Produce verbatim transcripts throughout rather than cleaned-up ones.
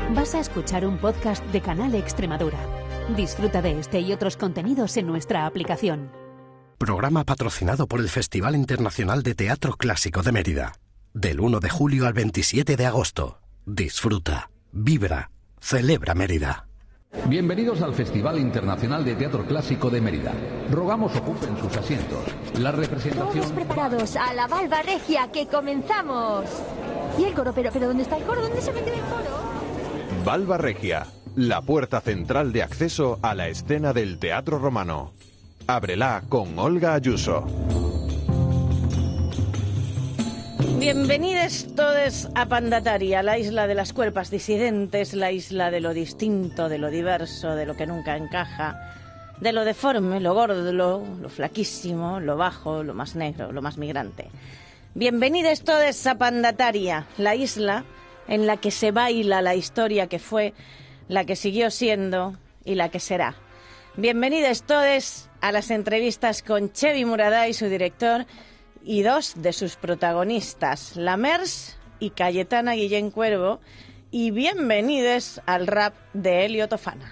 Vas a escuchar un podcast de Canal Extremadura. Disfruta de este y otros contenidos en nuestra aplicación. Programa patrocinado por el Festival Internacional de Teatro Clásico de Mérida. Del uno de julio al veintisiete de agosto. Disfruta, vibra, celebra Mérida. Bienvenidos al Festival Internacional de Teatro Clásico de Mérida. Rogamos ocupen sus asientos. La representación... Todos preparados a la Valva Regia, que comenzamos. ¿Y el coro? ¿Pero, pero dónde está el coro? ¿Dónde se mete el coro? Valva Regia, la puerta central de acceso a la escena del Teatro Romano. Ábrela con Olga Ayuso. Bienvenidos todos a Pandataria, la isla de las cuerpas disidentes, la isla de lo distinto, de lo diverso, de lo que nunca encaja, de lo deforme, lo gordo, lo, lo flaquísimo, lo bajo, lo más negro, lo más migrante. Bienvenidos todos a Pandataria, la isla en la que se baila la historia que fue, la que siguió siendo y la que será. Bienvenidos todos a las entrevistas con Txevi Muraday, su director, y dos de sus protagonistas, la Merce y Cayetana Guillén Cuervo, y bienvenidos al rap de Elio Tofana.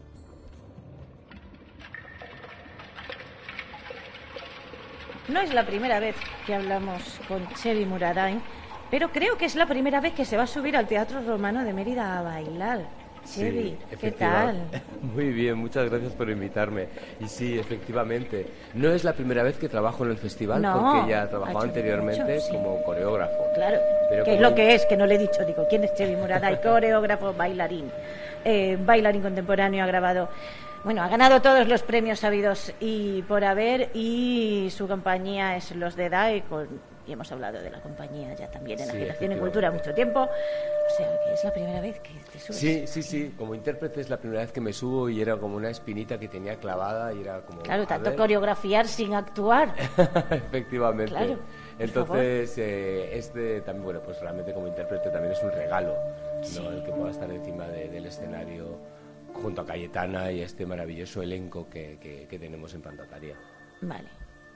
No es la primera vez que hablamos con Txevi Muraday, pero creo que es la primera vez que se va a subir al Teatro Romano de Mérida a bailar. Txevi, sí, ¿qué tal? Muy bien, muchas gracias por invitarme. Y sí, efectivamente, no es la primera vez que trabajo en el festival, no, porque ya trabajaba anteriormente mucho, sí. como coreógrafo. Claro, pero que como... es lo que es, que no le he dicho, digo, ¿quién es Txevi Muraday? Coreógrafo, bailarín. Eh, bailarín contemporáneo, ha grabado, bueno, ha ganado todos los premios habidos y por haber, y su compañía es Los de D A E, con... y hemos hablado de la compañía ya también en sí, Agitación y Cultura mucho tiempo, o sea que es la primera vez que te subes. Sí, sí, sí, como intérprete es la primera vez que me subo y era como una espinita que tenía clavada y era como... Claro, tanto coreografiar sin actuar. Efectivamente. Claro, entonces, eh, este también, bueno, pues realmente como intérprete también es un regalo, sí. ¿no? El que pueda estar encima de, del escenario junto a Cayetana y este maravilloso elenco que, que, que tenemos en Pandataria. Vale.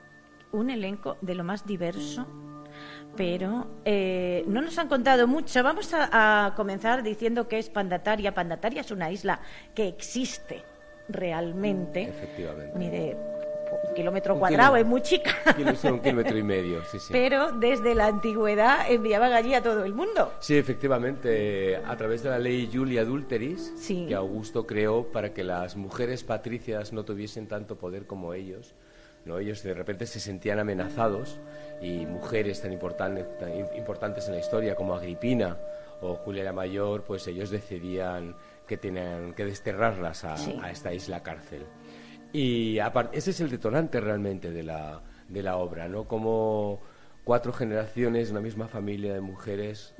Un elenco de lo más diverso, pero eh, no nos han contado mucho. Vamos a, a comenzar diciendo que es Pandataria. Pandataria es una isla que existe realmente. Efectivamente. Ni de un kilómetro un cuadrado, kilo, es muy chica. Kilo, sí, un kilómetro y medio, sí, sí. Pero desde la antigüedad enviaban allí a todo el mundo. Sí, efectivamente, a través de la ley Julia Adulteris, sí. que Augusto creó para que las mujeres patricias no tuviesen tanto poder como ellos. ¿No? Ellos de repente se sentían amenazados y mujeres tan, importante, tan importantes en la historia como Agripina o Julia la Mayor, pues ellos decidían que tenían que desterrarlas a, sí. a esta isla cárcel. Y aparte, ese es el detonante realmente de la, de la obra, ¿no? Como cuatro generaciones, una misma familia de mujeres...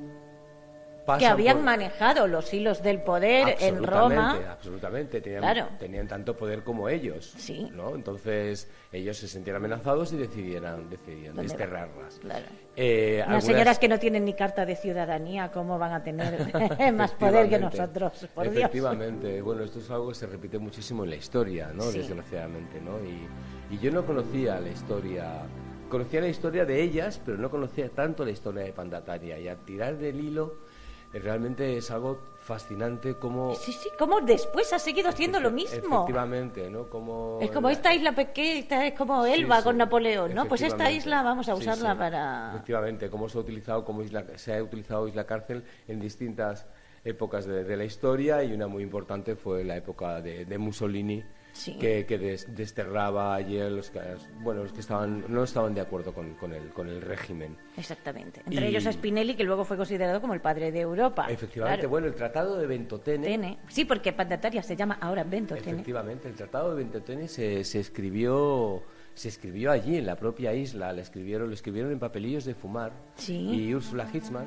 que habían por... manejado los hilos del poder en Roma. Absolutamente, tenían, claro. tenían tanto poder como ellos, sí. ¿no? Entonces ellos se sentían amenazados y decidieran, decidieran desterrarlas. Claro. Eh, Unas algunas... señoras que no tienen ni carta de ciudadanía, ¿cómo van a tener más poder que nosotros? Por Efectivamente, Dios. Bueno, esto es algo que se repite muchísimo en la historia, ¿no? Sí. Desgraciadamente, ¿no? Y, y yo no conocía la historia... Conocía la historia de ellas, pero no conocía tanto la historia de Pandataria. Y al tirar del hilo... Realmente es algo fascinante como... Sí, sí, como después ha seguido siendo lo mismo. Efectivamente, ¿no? Como es como la... esta isla pequeña, es como Elba sí, sí, con Napoleón, ¿no? Pues esta isla vamos a usarla sí, sí. para... Efectivamente, cómo se ha utilizado, como isla, se ha utilizado Isla Cárcel en distintas épocas de, de la historia, y una muy importante fue la época de, de Mussolini, sí. que, que des, desterraba ayer los que, bueno, los que estaban, no estaban de acuerdo con, con, el, con el régimen. Exactamente. Entre y... ellos a Spinelli, que luego fue considerado como el padre de Europa. Efectivamente. Claro. Bueno, el Tratado de Ventotene... Tene. Sí, porque Pandataria se llama ahora Ventotene. Efectivamente, el Tratado de Ventotene se, se escribió... Se escribió allí, en la propia isla, lo escribieron, lo escribieron en papelillos de fumar. Sí. Y Úrsula Hitzmann,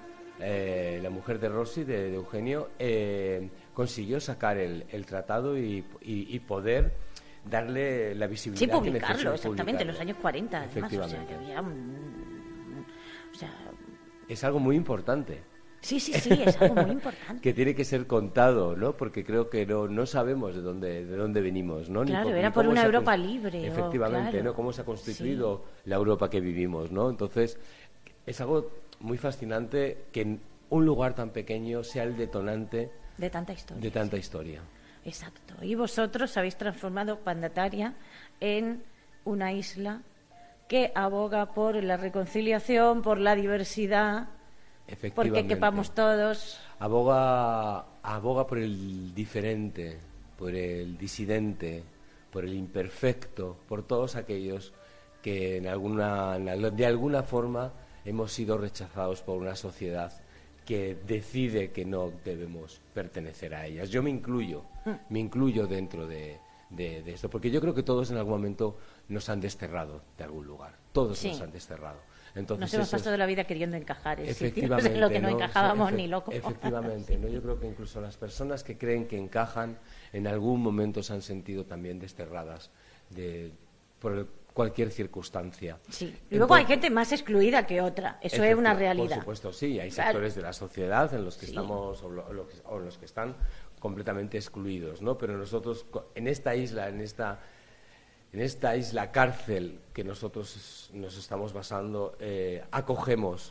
eh, la mujer de Rossi, de, de Eugenio, eh, consiguió sacar el, el tratado y, y, y poder darle la visibilidad sí, que publicarlo, necesitaba. Exactamente, en los años cuarenta, además. Efectivamente. O sea, que había un, o sea, es algo muy importante. Sí, sí, sí, es algo muy importante. Que tiene que ser contado, ¿no? Porque creo que no, no sabemos de dónde, de dónde venimos, ¿no? Claro, ni por, era ni por una se Europa ha, libre. Efectivamente, oh, claro. ¿no? Cómo se ha constituido sí. la Europa que vivimos, ¿no? Entonces, es algo muy fascinante que un lugar tan pequeño sea el detonante de tanta historia. De tanta historia. Exacto. Y vosotros habéis transformado Pandataria en una isla que aboga por la reconciliación, por la diversidad, porque quepamos todos. Aboga, aboga por el diferente, por el disidente, por el imperfecto, por todos aquellos que en alguna, de alguna forma hemos sido rechazados por una sociedad que decide que no debemos pertenecer a ellas. Yo me incluyo, mm. me incluyo dentro de, de, de esto, porque yo creo que todos en algún momento nos han desterrado de algún lugar, todos sí. nos han desterrado. Entonces, nos hemos pasado es, la vida queriendo encajar en efectivamente, sitios en lo que no, no encajábamos efe, ni loco. Efectivamente, ¿no? Yo creo que incluso las personas que creen que encajan en algún momento se han sentido también desterradas de, por el, cualquier circunstancia. Sí. Y luego Entonces, hay gente más excluida que otra, eso es una realidad. Por supuesto, sí, hay sectores claro. de la sociedad en los que sí. estamos o, lo, lo que, o en los que están completamente excluidos, ¿no? Pero nosotros en esta isla, en esta en esta isla cárcel que nosotros nos estamos basando, eh, acogemos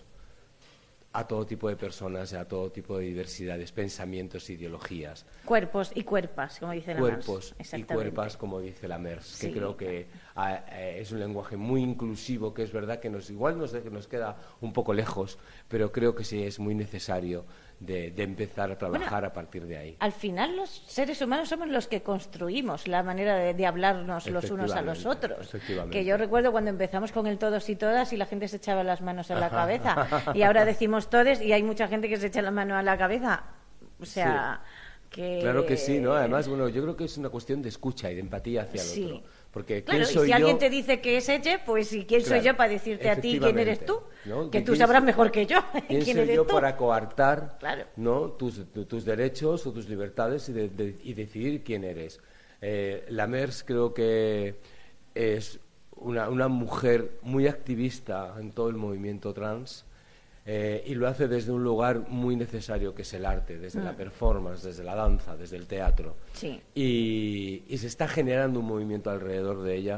a todo tipo de personas, a todo tipo de diversidades, pensamientos, ideologías. Cuerpos y cuerpas, como dice la Mers. Cuerpos y cuerpas, como dice la Mers, sí, que creo que a, a, es un lenguaje muy inclusivo, que es verdad que nos igual nos, nos queda un poco lejos, pero creo que sí es muy necesario de, de empezar a trabajar bueno, a partir de ahí. Al final los seres humanos somos los que construimos la manera de, de hablarnos los unos a los otros. Que yo recuerdo cuando empezamos con el todos y todas y la gente se echaba las manos a la cabeza y ahora decimos todes y hay mucha gente que se echa la mano a la cabeza. O sea, sí. que... Claro que sí, ¿no? Además, bueno, yo creo que es una cuestión de escucha y de empatía hacia el sí. otro. Porque claro, ¿quién soy y si yo? Alguien te dice que es ella, pues ¿y quién claro, soy yo para decirte a ti quién eres tú? ¿No? Que tú sabrás mejor que yo quién, quién soy eres yo tú. Para coartar claro. ¿no? tus, tus derechos o tus libertades y, de, de, y decidir quién eres. Eh, la Mers creo que es una, una mujer muy activista en todo el movimiento trans. Eh, y lo hace desde un lugar muy necesario que es el arte, desde mm. la performance, desde la danza, desde el teatro. Sí. Y, y se está generando un movimiento alrededor de ella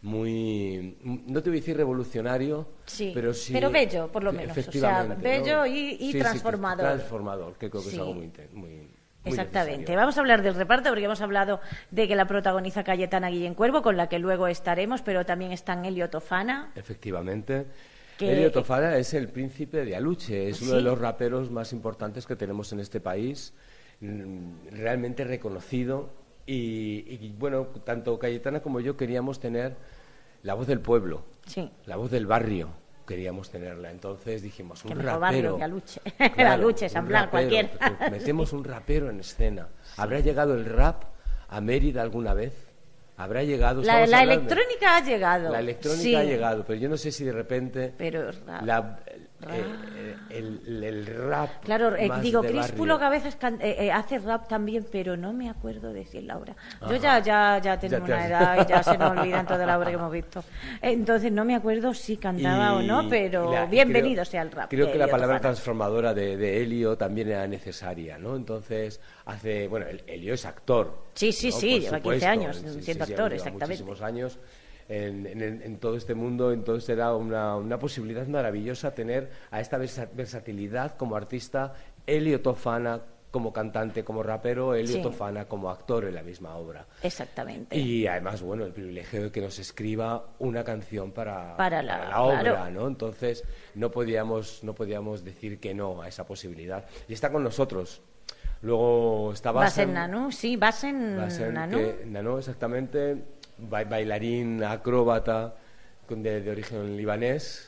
muy, no te voy a decir revolucionario, sí, pero sí... pero bello, por lo menos. O sea, bello ¿no? y, y sí, transformador. Sí, transformador, que creo que sí. es algo muy... muy Muy Exactamente. Necesario. Vamos a hablar del reparto porque hemos hablado de que la protagoniza Cayetana Guillén Cuervo, con la que luego estaremos, pero también están Elio Tofana. Efectivamente. Que... Elio Tofana es el príncipe de Aluche, es ¿Sí? uno de los raperos más importantes que tenemos en este país, realmente reconocido y, y bueno, tanto Cayetana como yo queríamos tener la voz del pueblo, sí. la voz del barrio, queríamos tenerla, entonces dijimos un que mejor rapero, barrio que Aluche, claro, Aluche, San Blas, cualquiera. Metemos un rapero en escena, sí. ¿Habrá llegado el rap a Mérida alguna vez? ¿Habrá llegado? La, la electrónica ha llegado. La electrónica sí. ha llegado, pero yo no sé si de repente... Pero rap. La, eh, el, el, el rap. Claro, eh, digo, Críspulo que a veces can, eh, eh, hace rap también, pero no me acuerdo de decir la obra. Yo ya, ya, ya tengo ya una edad y ya se nos olvidan toda la obra que hemos visto. Entonces no me acuerdo si cantaba y, o no, pero la, bienvenido creo, sea el rap. Creo que la palabra Tofana. transformadora de, de Elio también era necesaria, ¿no? Entonces hace, bueno, Elio es actor. Sí, sí, ¿no? sí, Por lleva supuesto, quince años sí, siendo sí, actor, lleva exactamente. Muchísimos años. En, en, en todo este mundo, entonces era una, una posibilidad maravillosa tener a esta versatilidad como artista, Elio Tofana como cantante, como rapero, Elio sí. Tofana como actor en la misma obra. Exactamente. Y además, bueno, el privilegio de que nos escriba una canción para, para la, para la obra, claro. ¿no? Entonces no podíamos, no podíamos decir que no a esa posibilidad. Y está con nosotros. Luego está Basen. Basen Nanú, sí, Basen, Basen Nanú. Que, Nanú, exactamente. Ba bailarín, acróbata, de, de origen libanés,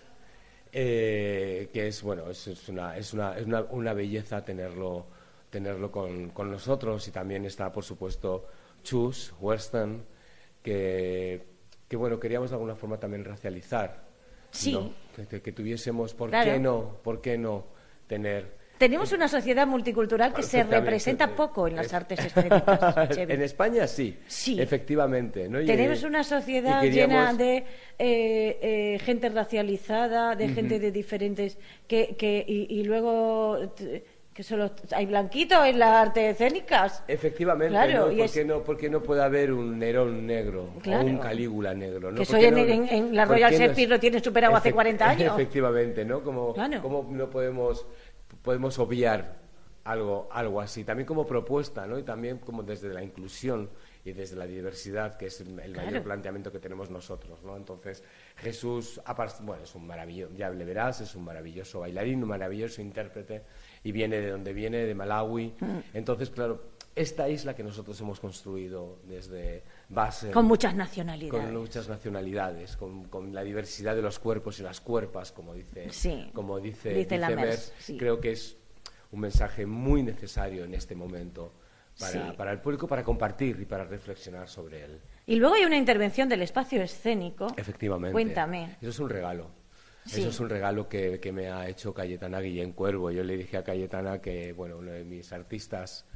eh, que es, bueno, es, es, una, es, una, es una, una belleza tenerlo, tenerlo con, con nosotros. Y también está, por supuesto, Chus Weston, que, que, bueno, queríamos de alguna forma también racializar. Sí. ¿no? Que, que, que tuviésemos, ¿por claro. qué no? ¿Por qué no tener... Tenemos una sociedad multicultural que se representa poco en las artes escénicas. En España sí, sí. efectivamente. ¿no? Tenemos y, una sociedad queríamos... llena de eh, eh, gente racializada, de uh-huh. gente de diferentes... que, que y, y luego... que solo hay blanquitos en las artes escénicas. Efectivamente, claro, ¿no? ¿Por, es... qué no, ¿por qué no puede haber un Nerón negro claro. o un Calígula negro? ¿no? Que eso en, no, en, en la Royal Shakespeare no lo tienen superado hace cuarenta años. Efectivamente, ¿no? Como, claro. como no podemos... podemos obviar algo, algo así. También como propuesta, ¿no? Y también como desde la inclusión y desde la diversidad, que es el mayor Claro. planteamiento que tenemos nosotros, ¿no? Entonces, Jesús, bueno, es un maravilloso, ya le verás, es un maravilloso bailarín, un maravilloso intérprete, y viene de donde viene, de Malawi. Mm. Entonces, claro, esta isla que nosotros hemos construido desde base... Con muchas nacionalidades. Con muchas nacionalidades, con, con la diversidad de los cuerpos y las cuerpas, como dice, sí. como dice, dice, dice Mers, sí. Creo que es un mensaje muy necesario en este momento para, sí. para el público, para compartir y para reflexionar sobre él. Y luego hay una intervención del espacio escénico. Efectivamente. Cuéntame. Eso es un regalo. Sí. Eso es un regalo que, que me ha hecho Cayetana Guillén Cuervo. Yo le dije a Cayetana que, bueno, uno de mis artistas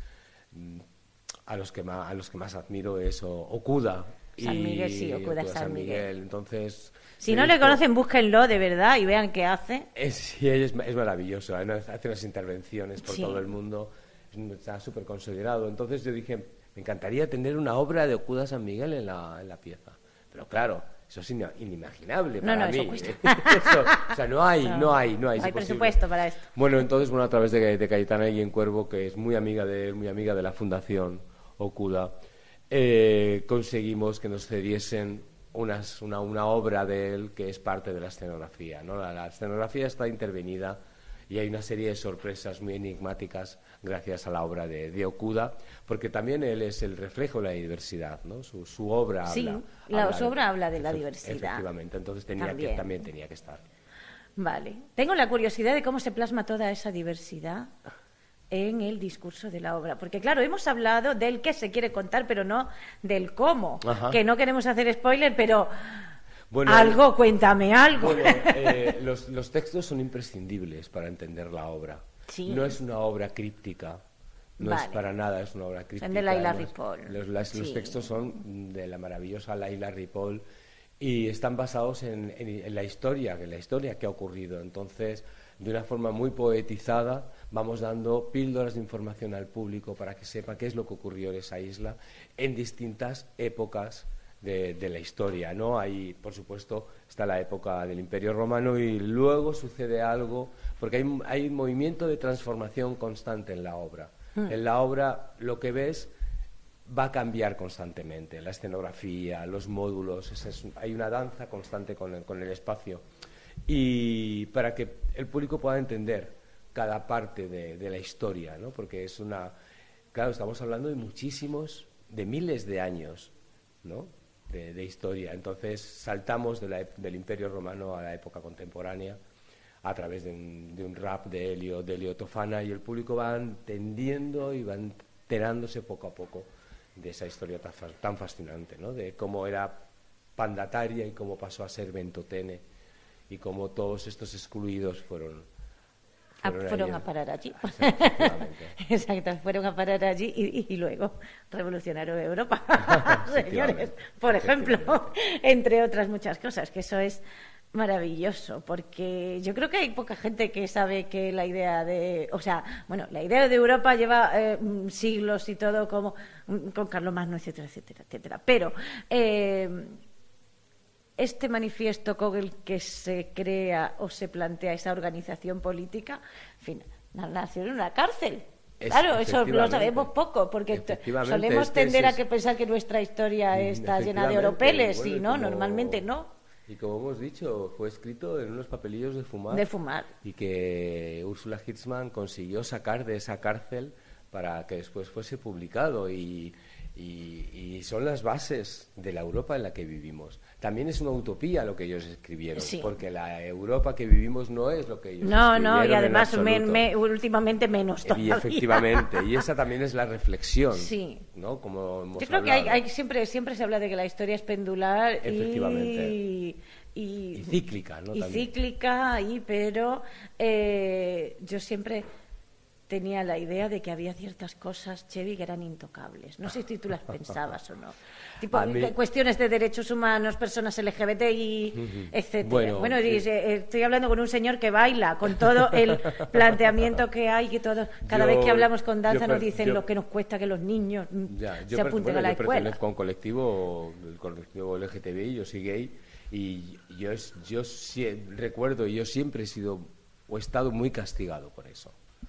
a los que más, a los que más admiro es Okuda. San Miguel, sí, Okuda San, San Miguel. Miguel. Entonces, si no visto... le conocen, búsquenlo de verdad y vean qué hace. Es, sí, es, es maravilloso. Hace unas intervenciones por sí. todo el mundo. Está súper considerado. Entonces yo dije, me encantaría tener una obra de Okuda San Miguel en la, en la pieza. Pero claro, eso es inimaginable para no, no, mí. Eso cuesta. Eso, o sea, no hay, no, no hay, no hay. No hay presupuesto para esto. Bueno, entonces, bueno, a través de, de Cayetana Guillén Cuervo, que es muy amiga de él, muy amiga de la Fundación Okuda, eh, conseguimos que nos cediesen unas, una, una obra de él que es parte de la escenografía, ¿no? La, la escenografía está intervenida y hay una serie de sorpresas muy enigmáticas gracias a la obra de, de Okuda, porque también él es el reflejo de la diversidad, ¿no? Su, su obra sí, habla... Sí, la habla su obra de, habla de la diversidad. Efectivamente, entonces tenía también. Que, también tenía que estar. Vale. Tengo la curiosidad de cómo se plasma toda esa diversidad en el discurso de la obra, porque claro, hemos hablado del qué se quiere contar, pero no del cómo, Ajá. que no queremos hacer spoiler, pero... Bueno, algo, cuéntame algo. Bueno, eh, los, los textos son imprescindibles para entender la obra. Sí. No es una obra críptica, no vale. es para nada, es una obra críptica. Son de Laila Ripoll. Los, las, sí. los textos son de la maravillosa Laila Ripoll y están basados en, en, en la historia, en la historia que ha ocurrido. Entonces, de una forma muy poetizada, vamos dando píldoras de información al público para que sepa qué es lo que ocurrió en esa isla en distintas épocas De, de la historia, ¿no? Ahí, por supuesto, está la época del Imperio Romano y luego sucede algo, porque hay, hay un movimiento de transformación constante en la obra. Mm. En la obra lo que ves va a cambiar constantemente, la escenografía, los módulos, es, es, hay una danza constante con el, con el espacio. Y para que el público pueda entender cada parte de, de la historia, ¿no? Porque es una... Claro, estamos hablando de muchísimos, de miles de años, ¿no? De, de historia. Entonces saltamos de la, del Imperio Romano a la época contemporánea a través de un, de un rap de Elio, de Elio Tofana, y el público va entendiendo y va enterándose poco a poco de esa historia tan, tan fascinante, ¿no? De cómo era Pandataria y cómo pasó a ser Ventotene y cómo todos estos excluidos fueron Fueron, a, fueron a parar allí. Exacto, fueron a parar allí y, y luego revolucionaron Europa, señores, por ejemplo, entre otras muchas cosas, que eso es maravilloso, porque yo creo que hay poca gente que sabe que la idea de, o sea, bueno, la idea de Europa lleva eh, siglos y todo, como con Carlomagno, etcétera, etcétera, etcétera, pero eh, este manifiesto con el que se crea o se plantea esa organización política, en fin, nació en una cárcel. Es, claro, eso lo sabemos poco, porque solemos este tender es, a que pensar que nuestra historia está llena de oropeles, bueno, y no, como, normalmente no. Y como hemos dicho, fue escrito en unos papelillos de fumar. De fumar. Y que Ursula Hitzmann consiguió sacar de esa cárcel para que después fuese publicado y... Y, y son las bases de la Europa en la que vivimos. También es una utopía lo que ellos escribieron, sí. porque la Europa que vivimos no es lo que ellos no, escribieron. No, no, y además me, me, últimamente menos todavía. Y efectivamente, y esa también es la reflexión, sí. ¿no? Como hemos Yo creo hablado. que hay, hay, siempre, siempre se habla de que la historia es pendular efectivamente. Y, y, y cíclica, ¿no? Y también. cíclica, y, pero eh, yo siempre... tenía la idea de que había ciertas cosas, Chevy, que eran intocables. No sé si tú las pensabas o no. Tipo, mí... cuestiones de derechos humanos, personas L G B T I, uh-huh. etcétera. Bueno, bueno sí. Estoy hablando con un señor que baila, con todo el planteamiento que hay, que todo, cada yo, vez que hablamos con danza nos dicen yo, lo que nos cuesta que los niños ya, se apunten bueno, a la yo escuela. Yo con colectivo, el colectivo L G T B I, yo soy gay, y yo, yo sí, recuerdo, yo siempre he sido, o he estado muy castigado por eso.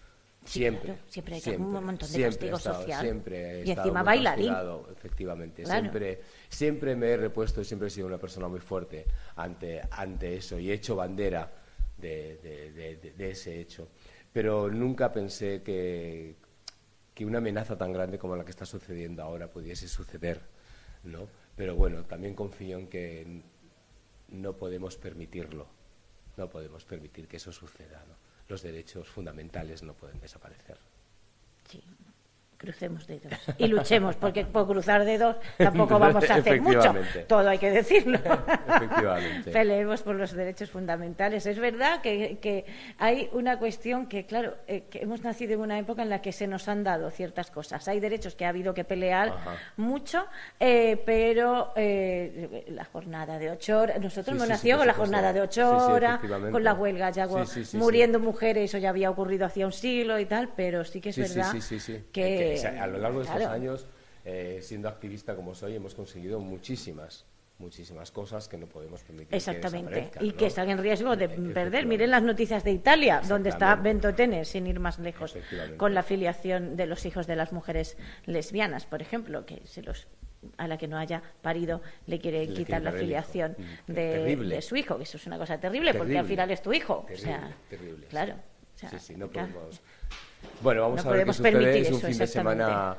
Sí, siempre. Claro, siempre hay siempre, un montón de siempre castigo he estado, social. Siempre he y estado encima muy bailarín. castigado, efectivamente. Claro. Siempre, siempre me he repuesto y siempre he sido una persona muy fuerte ante, ante eso. Y he hecho bandera de, de, de, de, de ese hecho. Pero nunca pensé que, que una amenaza tan grande como la que está sucediendo ahora pudiese suceder, ¿no? Pero bueno, también confío en que no podemos permitirlo. No podemos permitir que eso suceda, ¿no? Los derechos fundamentales no pueden desaparecer. Sí, crucemos dedos y luchemos, porque por cruzar dedos tampoco vamos a hacer mucho, todo hay que decirlo. Efectivamente. Peleemos por los derechos fundamentales. Es verdad que, que hay una cuestión que, claro, eh, que hemos nacido en una época en la que se nos han dado ciertas cosas. Hay derechos que ha habido que pelear Ajá. mucho, eh, pero eh, la jornada de ocho horas, nosotros sí, hemos sí, nacido sí, con la jornada de ocho horas, sí, sí, con las huelgas ya sí, sí, sí, muriendo sí. mujeres, eso ya había ocurrido hacía un siglo y tal, pero sí que es sí, verdad sí, sí, sí, sí. que... O sea, a lo largo de estos claro. años, eh, siendo activista como soy, hemos conseguido muchísimas, muchísimas cosas que no podemos permitir. Exactamente, que y ¿no? que están en riesgo de perder. Miren las noticias de Italia, donde está Ventotene, sin ir más lejos, con la filiación de los hijos de las mujeres lesbianas, por ejemplo, que se los a la que no haya parido le quiere le quitar la filiación de, de su hijo, que eso es una cosa terrible, terrible. porque al final es tu hijo. Terrible, o sea, terrible, claro. Sí, O sea, sí, sí, no claro. podemos... Bueno, vamos no a ver qué sucede. Es un eso, fin de semana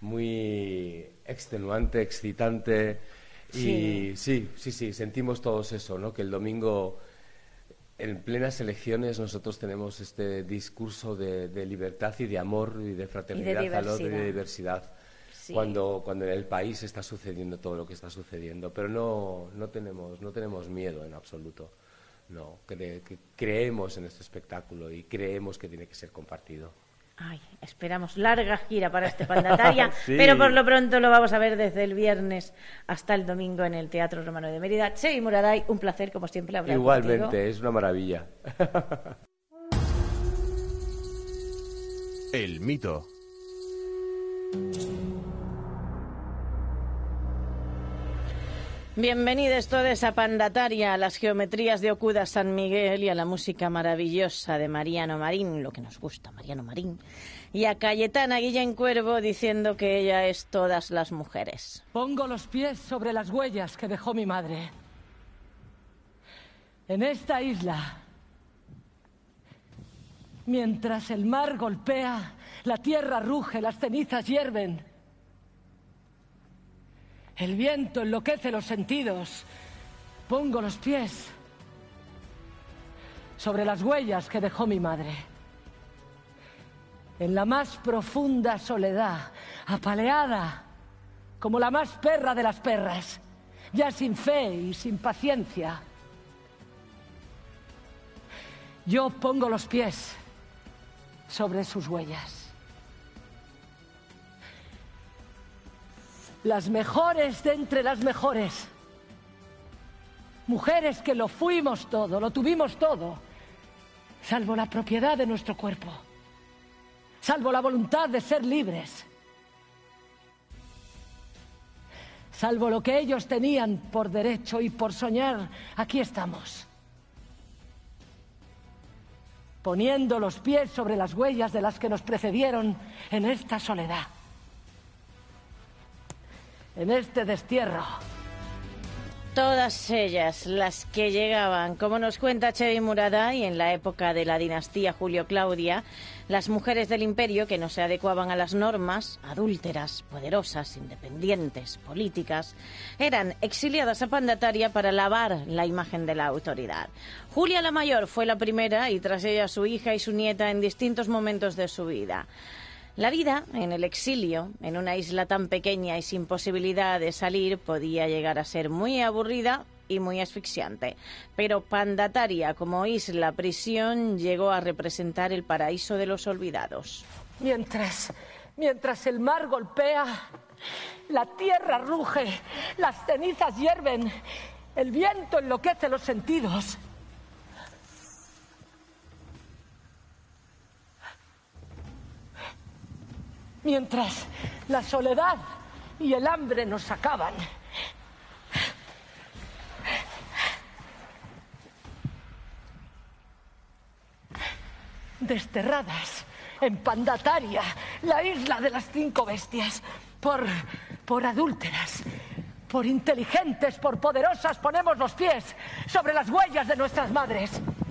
muy extenuante, excitante y sí. sí, sí, sí, sentimos todos eso, ¿no? Que el domingo, en plenas elecciones, nosotros tenemos este discurso de, de libertad y de amor y de fraternidad y de al otro y de diversidad. Sí. Cuando, cuando en el país está sucediendo todo lo que está sucediendo, pero no, no, tenemos, no tenemos miedo en absoluto. No, cre que creemos en este espectáculo y creemos que tiene que ser compartido. Ay, esperamos larga gira para este Pandataria, sí. pero por lo pronto lo vamos a ver desde el viernes hasta el domingo en el Teatro Romano de Mérida. Txevi Muraday, un placer, como siempre, hablar Igualmente, contigo. Es una maravilla. El mito. Bienvenidos todos a Pandataria, a las geometrías de Okuda San Miguel y a la música maravillosa de Mariano Marín, lo que nos gusta, Mariano Marín, y a Cayetana Guillén Cuervo diciendo que ella es todas las mujeres. Pongo los pies sobre las huellas que dejó mi madre. En esta isla, mientras el mar golpea, la tierra ruge, las cenizas hierven. El viento enloquece los sentidos. Pongo los pies sobre las huellas que dejó mi madre. En la más profunda soledad, apaleada, como la más perra de las perras, ya sin fe y sin paciencia. Yo pongo los pies sobre sus huellas. Las mejores de entre las mejores. Mujeres que lo fuimos todo, lo tuvimos todo, salvo la propiedad de nuestro cuerpo, salvo la voluntad de ser libres, salvo lo que ellos tenían por derecho y por soñar. Aquí estamos, poniendo los pies sobre las huellas de las que nos precedieron en esta soledad, en este destierro. Todas ellas, las que llegaban, como nos cuenta Txevi Muraday, en la época de la dinastía Julio-Claudia, las mujeres del imperio que no se adecuaban a las normas, adúlteras, poderosas, independientes, políticas, eran exiliadas a Pandataria para lavar la imagen de la autoridad. Julia la Mayor fue la primera y tras ella su hija y su nieta en distintos momentos de su vida. La vida en el exilio, en una isla tan pequeña y sin posibilidad de salir, podía llegar a ser muy aburrida y muy asfixiante. Pero Pandataria, como isla prisión, llegó a representar el paraíso de los olvidados. Mientras, mientras el mar golpea, la tierra ruge, las cenizas hierven, el viento enloquece los sentidos. Mientras la soledad y el hambre nos acaban. Desterradas en Pandataria, la isla de las cinco bestias. Por, por adúlteras, por inteligentes, por poderosas, ponemos los pies sobre las huellas de nuestras madres.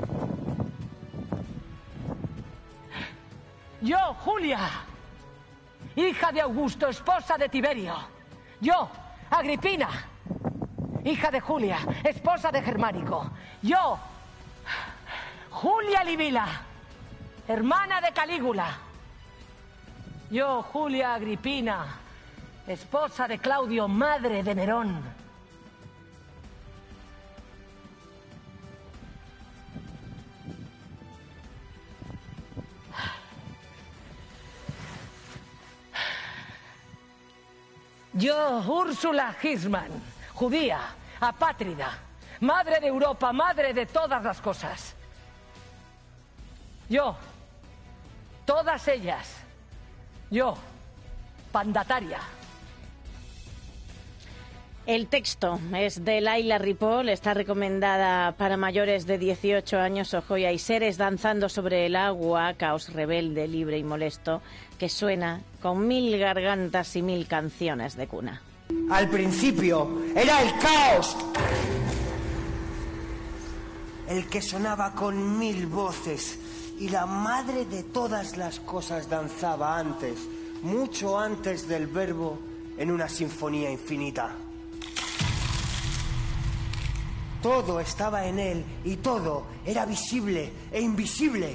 Yo, Julia, hija de Augusto, esposa de Tiberio. Yo, Agripina, hija de Julia, esposa de Germánico. Yo, Julia Livila, hermana de Calígula. Yo, Julia Agripina, esposa de Claudio, madre de Nerón. Yo, Úrsula Gisman, judía, apátrida, madre de Europa, madre de todas las cosas. Yo, todas ellas. Yo, Pandataria. El texto es de Laila Ripoll, está recomendada para mayores de dieciocho años. Ojo, y hay seres danzando sobre el agua, caos rebelde, libre y molesto, que suena con mil gargantas y mil canciones de cuna. Al principio era el caos, el que sonaba con mil voces, y la madre de todas las cosas danzaba antes, mucho antes del verbo, en una sinfonía infinita. Todo estaba en él y todo era visible e invisible.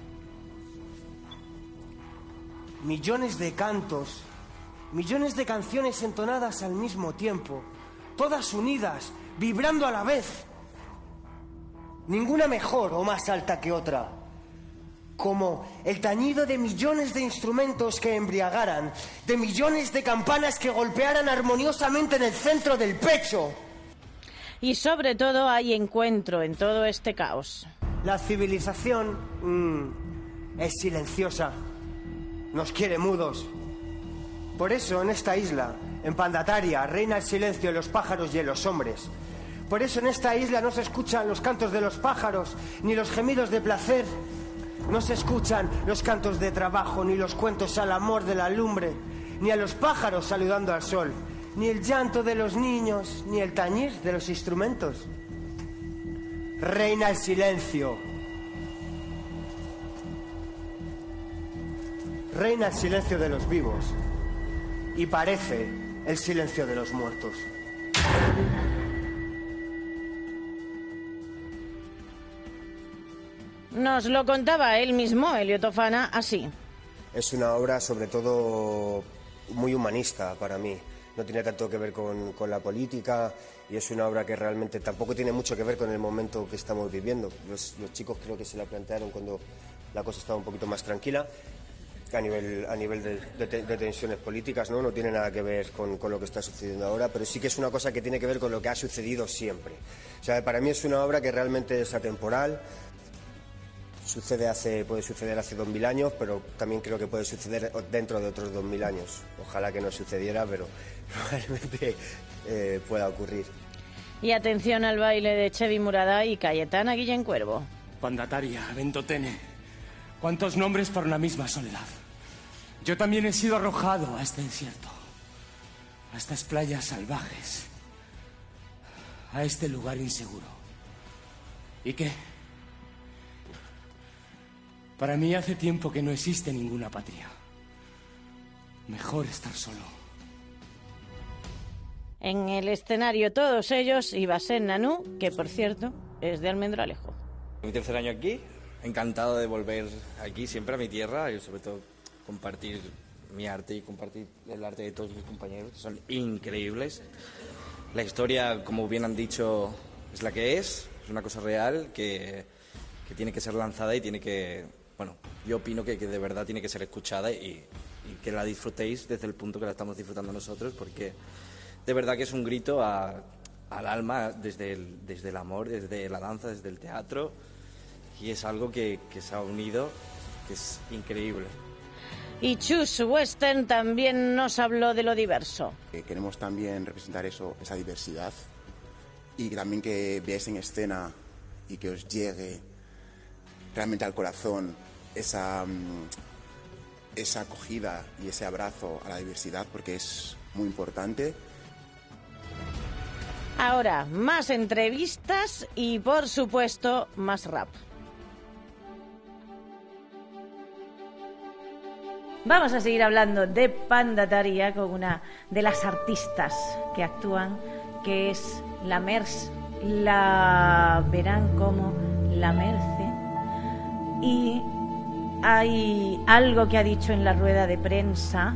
Millones de cantos, millones de canciones entonadas al mismo tiempo, todas unidas, vibrando a la vez. Ninguna mejor o más alta que otra. Como el tañido de millones de instrumentos que embriagaran, de millones de campanas que golpearan armoniosamente en el centro del pecho. Y sobre todo hay encuentro en todo este caos. La civilización mmm, es silenciosa, nos quiere mudos. Por eso en esta isla, en Pandataria, reina el silencio en los pájaros y en los hombres. Por eso en esta isla no se escuchan los cantos de los pájaros, ni los gemidos de placer. No se escuchan los cantos de trabajo, ni los cuentos al amor de la lumbre, ni a los pájaros saludando al sol, ni el llanto de los niños, ni el tañir de los instrumentos. Reina el silencio. Reina el silencio de los vivos. Y parece el silencio de los muertos. Nos lo contaba él mismo, Elio Tofana, así. Es una obra sobre todo muy humanista para mí. No tiene tanto que ver con, con la política y es una obra que realmente tampoco tiene mucho que ver con el momento que estamos viviendo. Los, los chicos creo que se la plantearon cuando la cosa estaba un poquito más tranquila a nivel, a nivel de, de, de tensiones políticas, ¿no? No tiene nada que ver con, con lo que está sucediendo ahora, pero sí que es una cosa que tiene que ver con lo que ha sucedido siempre. O sea, para mí es una obra que realmente es atemporal. Sucede hace, puede suceder hace dos mil años, pero también creo que puede suceder dentro de otros dos mil años. Ojalá que no sucediera, pero probablemente eh, pueda ocurrir. Y atención al baile de Chevy Murada y Cayetana Guillén Cuervo. Pandataria, Ventotene. ¿Cuántos nombres por una misma soledad? Yo también he sido arrojado a este desierto, a estas playas salvajes, a este lugar inseguro. ¿Y qué? Para mí hace tiempo que no existe ninguna patria. Mejor estar solo. En el escenario todos ellos y Basen Nanú, que por cierto es de Almendralejo. Mi tercer año aquí, encantado de volver aquí siempre a mi tierra y sobre todo compartir mi arte y compartir el arte de todos mis compañeros, que son increíbles. La historia, como bien han dicho, es la que es, es una cosa real que, que tiene que ser lanzada y tiene que... Bueno, yo opino que, que de verdad tiene que ser escuchada y, y que la disfrutéis desde el punto que la estamos disfrutando nosotros, porque de verdad que es un grito a, al alma desde el, desde el amor, desde la danza, desde el teatro, y es algo que, que se ha unido, que es increíble. Y Chus Western también nos habló de lo diverso. Eh, queremos también representar eso, esa diversidad, y también que veáis en escena y que os llegue realmente al corazón esa, esa acogida y ese abrazo a la diversidad, porque es muy importante. Ahora, más entrevistas y, por supuesto, más rap. Vamos a seguir hablando de Pandataria con una de las artistas que actúan, que es la Merce. La verán como la Merce. Y hay algo que ha dicho en la rueda de prensa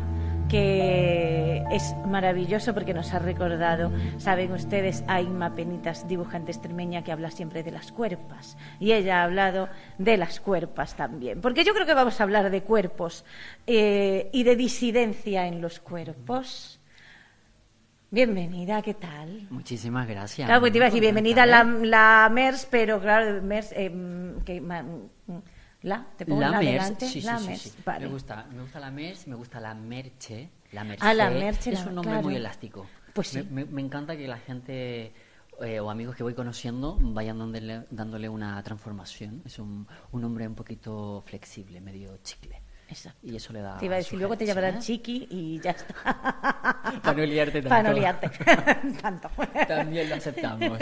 que es maravilloso porque nos ha recordado, saben ustedes, a Inma Penitas, dibujante extremeña, que habla siempre de las cuerpas, y ella ha hablado de las cuerpas también, porque yo creo que vamos a hablar de cuerpos eh, y de disidencia en los cuerpos. Bienvenida, ¿qué tal? Muchísimas gracias. Claro, porque te iba a decir bienvenida la, la Merce, pero claro, Merce, eh, que, ma, la, te pongo la, la delante. Sí, la sí, Merce, sí, sí. vale. Me gusta, me gusta la Merce, me gusta la Merche, la Merce. Ah, la Merche, es la, un nombre claro. muy elástico. Pues sí. Me, me, me encanta que la gente eh, o amigos que voy conociendo vayan dándole, dándole una transformación. Es un, un nombre un poquito flexible, medio chicle. Exacto. Y eso le da. Te iba a decir, luego te llamarán ¿eh? Chiqui y ya está. Para no liarte tanto. Para no liarte tanto. También lo aceptamos.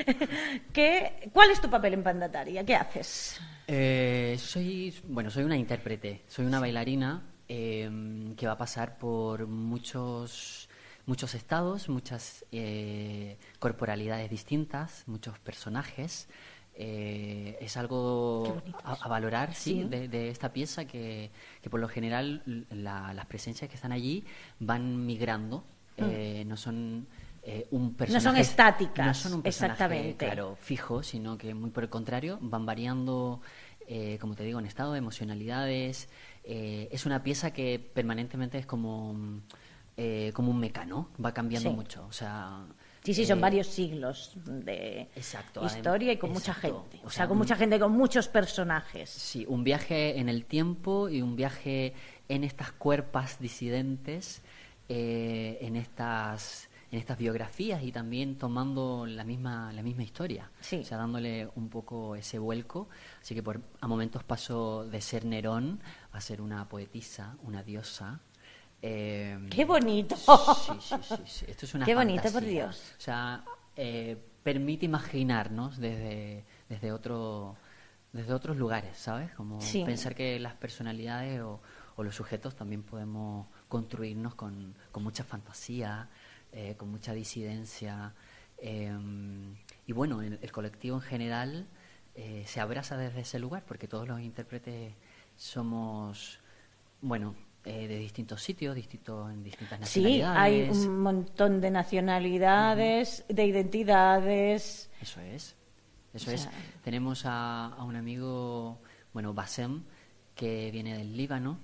¿Qué, ¿Cuál es tu papel en Pandataria? ¿Qué haces? Eh, soy, bueno, soy una intérprete. Soy una bailarina eh, que va a pasar por muchos, muchos estados, muchas eh, corporalidades distintas, muchos personajes. Eh, es algo a, a valorar, sí, sí. De, de esta pieza que, que por lo general la, las presencias que están allí van migrando, mm. eh, no son eh, un personaje, no son estáticas, no son un personaje, exactamente, claro, fijo, sino que muy por el contrario van variando, eh, como te digo, en estado de emocionalidades. Eh, es una pieza que permanentemente es como eh, como un mecano, va cambiando sí. mucho, o sea. Sí, sí, son eh, varios siglos de exacto, historia y con exacto. mucha gente. O, o sea, sea, con un, mucha gente, con muchos personajes. Sí, un viaje en el tiempo y un viaje en estas cuerpas disidentes, eh, en estas en estas biografías y también tomando la misma la misma historia. Sí. O sea, dándole un poco ese vuelco. Así que por, a momentos paso de ser Nerón a ser una poetisa, una diosa. Eh, ¡Qué bonito! Sí, sí, sí, sí. Esto es una ¡Qué fantasía. bonito, por Dios! O sea, eh, permite imaginarnos desde, desde, otro, desde otros lugares, ¿sabes? Como sí. pensar que las personalidades o, o los sujetos también podemos construirnos con, con mucha fantasía, eh, con mucha disidencia. Eh, y bueno, el, el colectivo en general eh, se abraza desde ese lugar, porque todos los intérpretes somos, bueno, Eh, de distintos sitios, distintos, en distintas nacionalidades. Sí, hay un montón de nacionalidades, uh-huh. de identidades. Eso es, eso o sea, es. Tenemos a, a un amigo, bueno, Bassem, que viene del Líbano.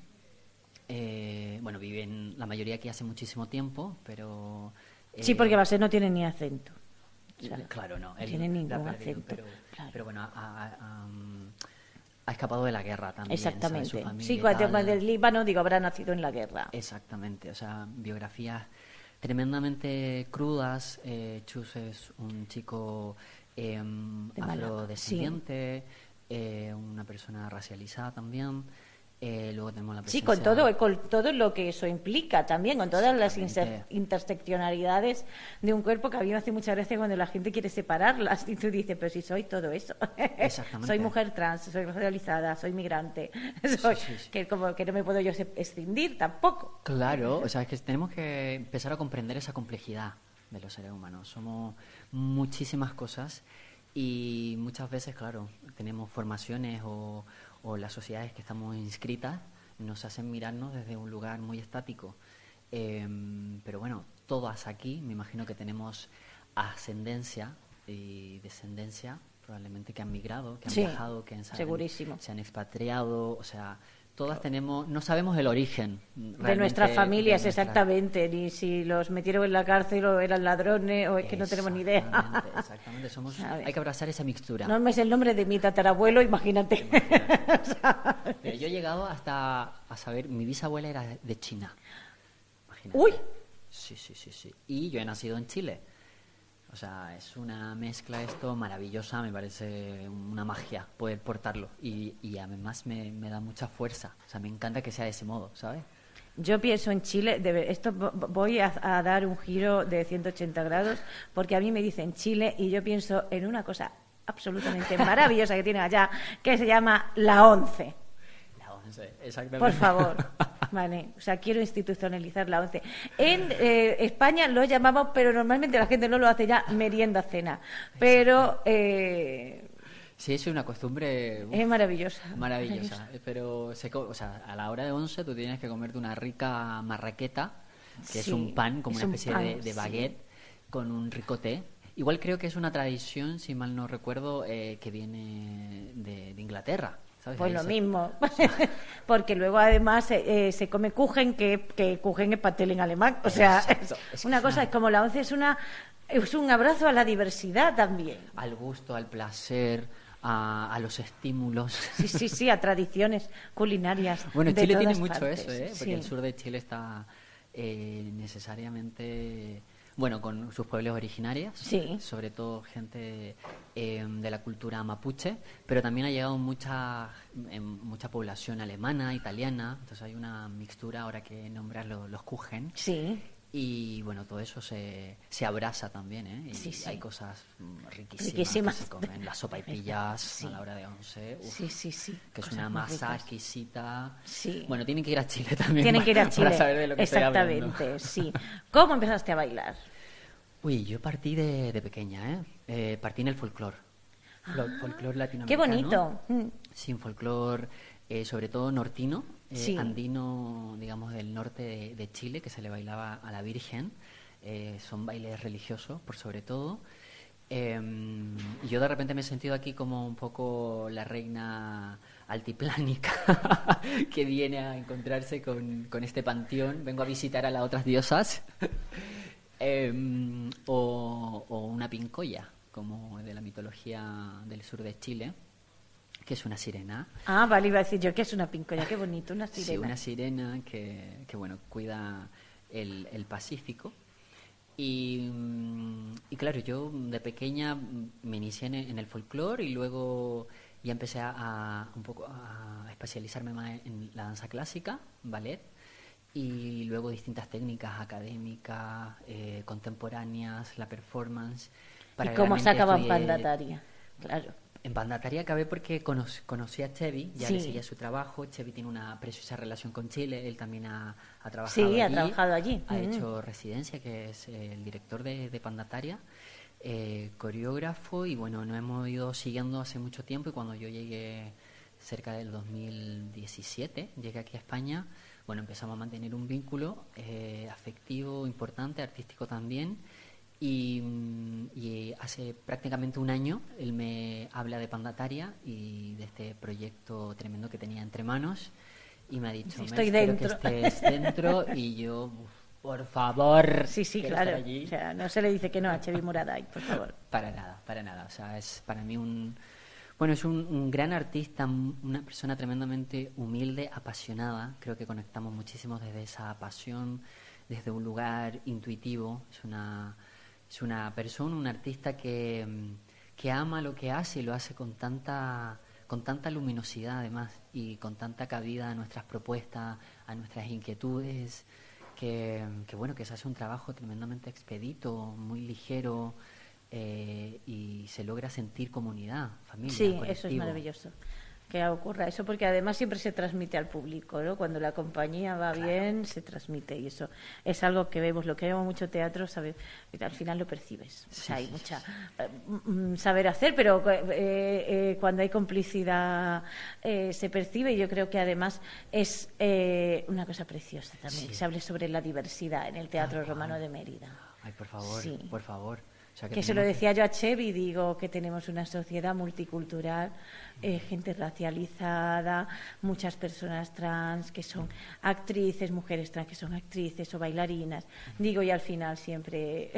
Eh, bueno, vive en la mayoría aquí hace muchísimo tiempo, pero... Eh, sí, porque Bassem no tiene ni acento. O sea, claro, no. No tiene ningún acento. Pero, claro. pero bueno, a, a, a, um, ha escapado de la guerra también. Exactamente. ¿Sabes? Su familia sí, cuando del Líbano, digo, habrá nacido en la guerra. Exactamente, o sea, biografías tremendamente crudas. Eh, Chus es un chico eh, afrodescendiente, sí. eh, una persona racializada también. Eh, luego tenemos la presencia... Sí, con todo, con todo lo que eso implica también, con todas las inter interseccionalidades de un cuerpo, que a mí me hace mucha gracia cuando la gente quiere separarlas y tú dices, pero si soy todo eso. Exactamente. Soy mujer trans, soy racializada, soy migrante, soy, sí, sí, sí. Que, como, que no me puedo yo escindir tampoco. Claro, o sea, es que tenemos que empezar a comprender esa complejidad de los seres humanos. Somos muchísimas cosas y muchas veces, claro, tenemos formaciones o... o las sociedades que estamos inscritas nos hacen mirarnos desde un lugar muy estático. Eh, pero bueno, todas aquí, me imagino que tenemos ascendencia y descendencia, probablemente que han migrado, que han sí, viajado, que han, saben, segurísimo. se han expatriado, o sea... Todas tenemos, no sabemos el origen de nuestras familias, de nuestra... exactamente, ni si los metieron en la cárcel o eran ladrones o es que no tenemos ni idea. Exactamente, somos, hay que abrazar esa mixtura. No me sé el nombre de mi tatarabuelo, imagínate. imagínate. O sea... Mira, yo he llegado hasta a saber, mi bisabuela era de China. Imagínate. Uy. Sí, sí, sí, sí. Y yo he nacido en Chile. O sea, es una mezcla esto maravillosa, me parece una magia poder portarlo. Y, y además me, me da mucha fuerza. O sea, me encanta que sea de ese modo, ¿sabes? Yo pienso en Chile, de, esto voy a, a dar un giro de ciento ochenta grados, porque a mí me dicen Chile y yo pienso en una cosa absolutamente maravillosa que tienen allá, que se llama la ONCE. La ONCE, exactamente. Por favor. Vale, o sea, quiero institucionalizar la ONCE. En eh, España lo llamamos, pero normalmente la gente no lo hace ya, merienda cena. Pero... Eh, sí, es una costumbre... Uf, es maravillosa. Maravillosa. Maravillosa. Pero se, o sea, a la hora de once tú tienes que comerte una rica marraqueta, que sí, es un pan, como una especie pan, de, de baguette, sí, con un rico té. Igual creo que es una tradición, si mal no recuerdo, eh, que viene de, de Inglaterra. ¿Sabes? Pues ahí lo se... mismo, porque luego además eh, se come Kuchen, que, que Kuchen es pastel en alemán, o sea, exacto, es una cosa, es como la once es una es un abrazo a la diversidad también. Al gusto, al placer, a, a los estímulos. Sí, sí, sí, a tradiciones culinarias. Bueno, de Chile todas tiene mucho partes, eso, ¿eh? Porque sí, el sur de Chile está eh, necesariamente... Bueno, con sus pueblos originarios, sí, sobre todo gente eh, de la cultura mapuche, pero también ha llegado mucha eh, mucha población alemana, italiana, entonces hay una mixtura, ahora que nombras lo, los Kuchen. Sí. Y bueno, todo eso se, se abraza también, ¿eh? Y sí, sí, hay cosas riquísimas, riquísimas que se comen, la sopa y pillas sí, a la hora de once, uf, sí, sí, sí, que es una masa ricas, exquisita. Sí. Bueno, tienen que ir a Chile también. Tienen que ir a Chile, para saber de lo que exactamente, estoy hablando. Sí. ¿Cómo empezaste a bailar? Uy, yo partí de, de pequeña, ¿eh? eh partí en el folclore. Ah, folclore latinoamericano. ¡Qué bonito! Sí, folclore, eh, sobre todo nortino, eh, sí, andino, digamos, del norte de, de Chile, que se le bailaba a la Virgen. Eh, son bailes religiosos, por sobre todo. Eh, y yo de repente me he sentido aquí como un poco la reina altiplánica que viene a encontrarse con, con este panteón. Vengo a visitar a las otras diosas. Eh, o, o una pincoya, como de la mitología del sur de Chile, que es una sirena. Ah, vale, iba a decir yo que es una pincoya, qué bonito, una sirena. Sí, una sirena que, que bueno, cuida el, el Pacífico. Y, y claro, yo de pequeña me inicié en, en el folclore y luego ya empecé a, a un poco a especializarme más en la danza clásica, ballet. Y luego distintas técnicas académicas, eh, contemporáneas, la performance. Para ¿Y cómo se acaba en Pandataria? Claro. En Pandataria acabé porque cono conocí a Chevy, ya sí, le seguía su trabajo. Chevy tiene una preciosa relación con Chile, él también ha, ha trabajado sí, allí. Sí, ha trabajado allí. Ha mm. hecho residencia, que es el director de, de Pandataria, eh, coreógrafo, y bueno, nos hemos ido siguiendo hace mucho tiempo, y cuando yo llegué cerca del dos mil diecisiete, llegué aquí a España. Bueno, empezamos a mantener un vínculo eh, afectivo importante, artístico también, y, y hace prácticamente un año él me habla de Pandataria y de este proyecto tremendo que tenía entre manos, y me ha dicho, estoy dentro. que estés dentro, y yo, uf, por favor, sí, sí, claro, allí. O sea, no se le dice que no a Chevy Muraday, por favor. Para nada, para nada, o sea, es para mí un... Bueno, es un, un gran artista, una persona tremendamente humilde, apasionada. Creo que conectamos muchísimo desde esa pasión, desde un lugar intuitivo. Es una, es una persona, un artista que, que ama lo que hace y lo hace con tanta, con tanta luminosidad además, y con tanta cabida a nuestras propuestas, a nuestras inquietudes, que, que bueno, que se hace un trabajo tremendamente expedito, muy ligero. Eh, y se logra sentir comunidad, familia, sí, colectivo. Eso es maravilloso, que ocurra eso, porque además siempre se transmite al público, ¿no? Cuando la compañía va claro. bien, se transmite, y eso es algo que vemos, lo que vemos mucho teatro, ¿sabes? Al final lo percibes, sí, o sea, hay sí, mucha sí. Eh, saber hacer, pero eh, eh, cuando hay complicidad eh, se percibe, y yo creo que además es eh, una cosa preciosa también, sí. que se hable sobre la diversidad en el Teatro ah, Romano de Mérida. Ay, por favor, sí. por favor. O sea, que que se lo decía yo a Chevy, digo que tenemos una sociedad multicultural, eh, gente racializada, muchas personas trans que son actrices, mujeres trans que son actrices o bailarinas. Digo, y al final siempre,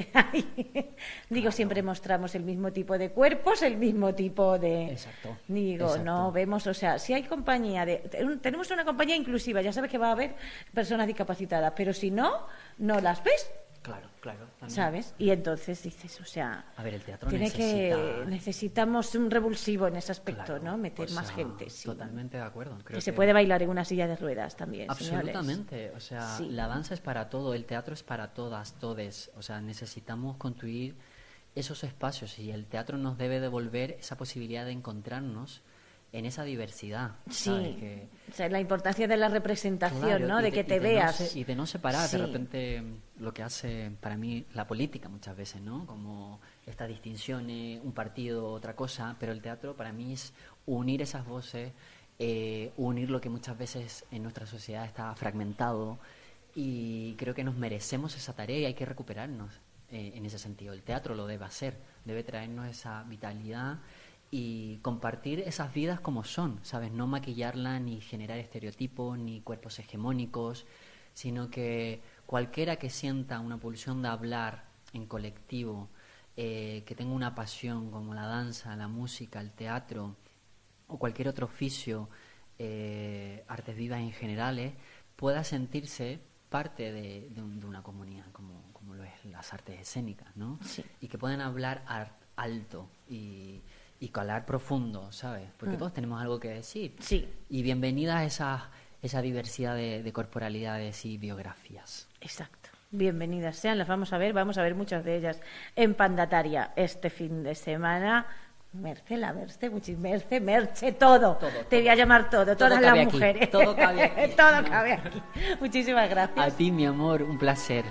digo, claro. siempre mostramos el mismo tipo de cuerpos, el mismo tipo de... Exacto. Digo, Exacto. no vemos, o sea, si hay compañía de... Tenemos una compañía inclusiva, ya sabes que va a haber personas discapacitadas, pero si no, no las ves. Claro, claro. También. ¿Sabes? Y entonces dices, o sea... A ver, el teatro tiene necesita... que necesitamos un revulsivo en ese aspecto, Claro, ¿no? Meter o sea, más gente, sí. Totalmente de acuerdo. Creo que se que... puede bailar en una silla de ruedas también, Absolutamente. señores. O sea, Sí. la danza es para todo, el teatro es para todas, todes. O sea, necesitamos construir esos espacios y el teatro nos debe devolver esa posibilidad de encontrarnos en esa diversidad. Sí, ¿sabes? Que... o sea, la importancia de la representación, Claro, ¿no? y De que te y de veas. No se- y de no separar, Sí. de repente, lo que hace para mí la política muchas veces, ¿no? Como estas distinciones, un partido, otra cosa, pero el teatro para mí es unir esas voces, eh, unir lo que muchas veces en nuestra sociedad está fragmentado, y creo que nos merecemos esa tarea y hay que recuperarnos eh, en ese sentido. El teatro lo debe hacer, debe traernos esa vitalidad y compartir esas vidas como son, ¿sabes? No maquillarla ni generar estereotipos ni cuerpos hegemónicos, sino que cualquiera que sienta una pulsión de hablar en colectivo, eh, que tenga una pasión como la danza, la música, el teatro o cualquier otro oficio, eh, artes vivas en generales, pueda sentirse parte de, de, un- de una comunidad como, como lo es las artes escénicas, ¿no? Sí. Y que puedan hablar ar- alto y y calar profundo, ¿sabes? Porque Mm. todos tenemos algo que decir. Sí. Y bienvenida a esa, esa diversidad de, de corporalidades y biografías. Exacto. Bienvenidas sean, las vamos a ver, vamos a ver muchas de ellas en Pandataria este fin de semana. Merce, la Merce, muchis Merce, Merche, todo. Te voy a llamar todo, todas las cabe aquí, mujeres. todo cabe aquí. Todo cabe aquí. Muchísimas gracias. A ti, mi amor, un placer.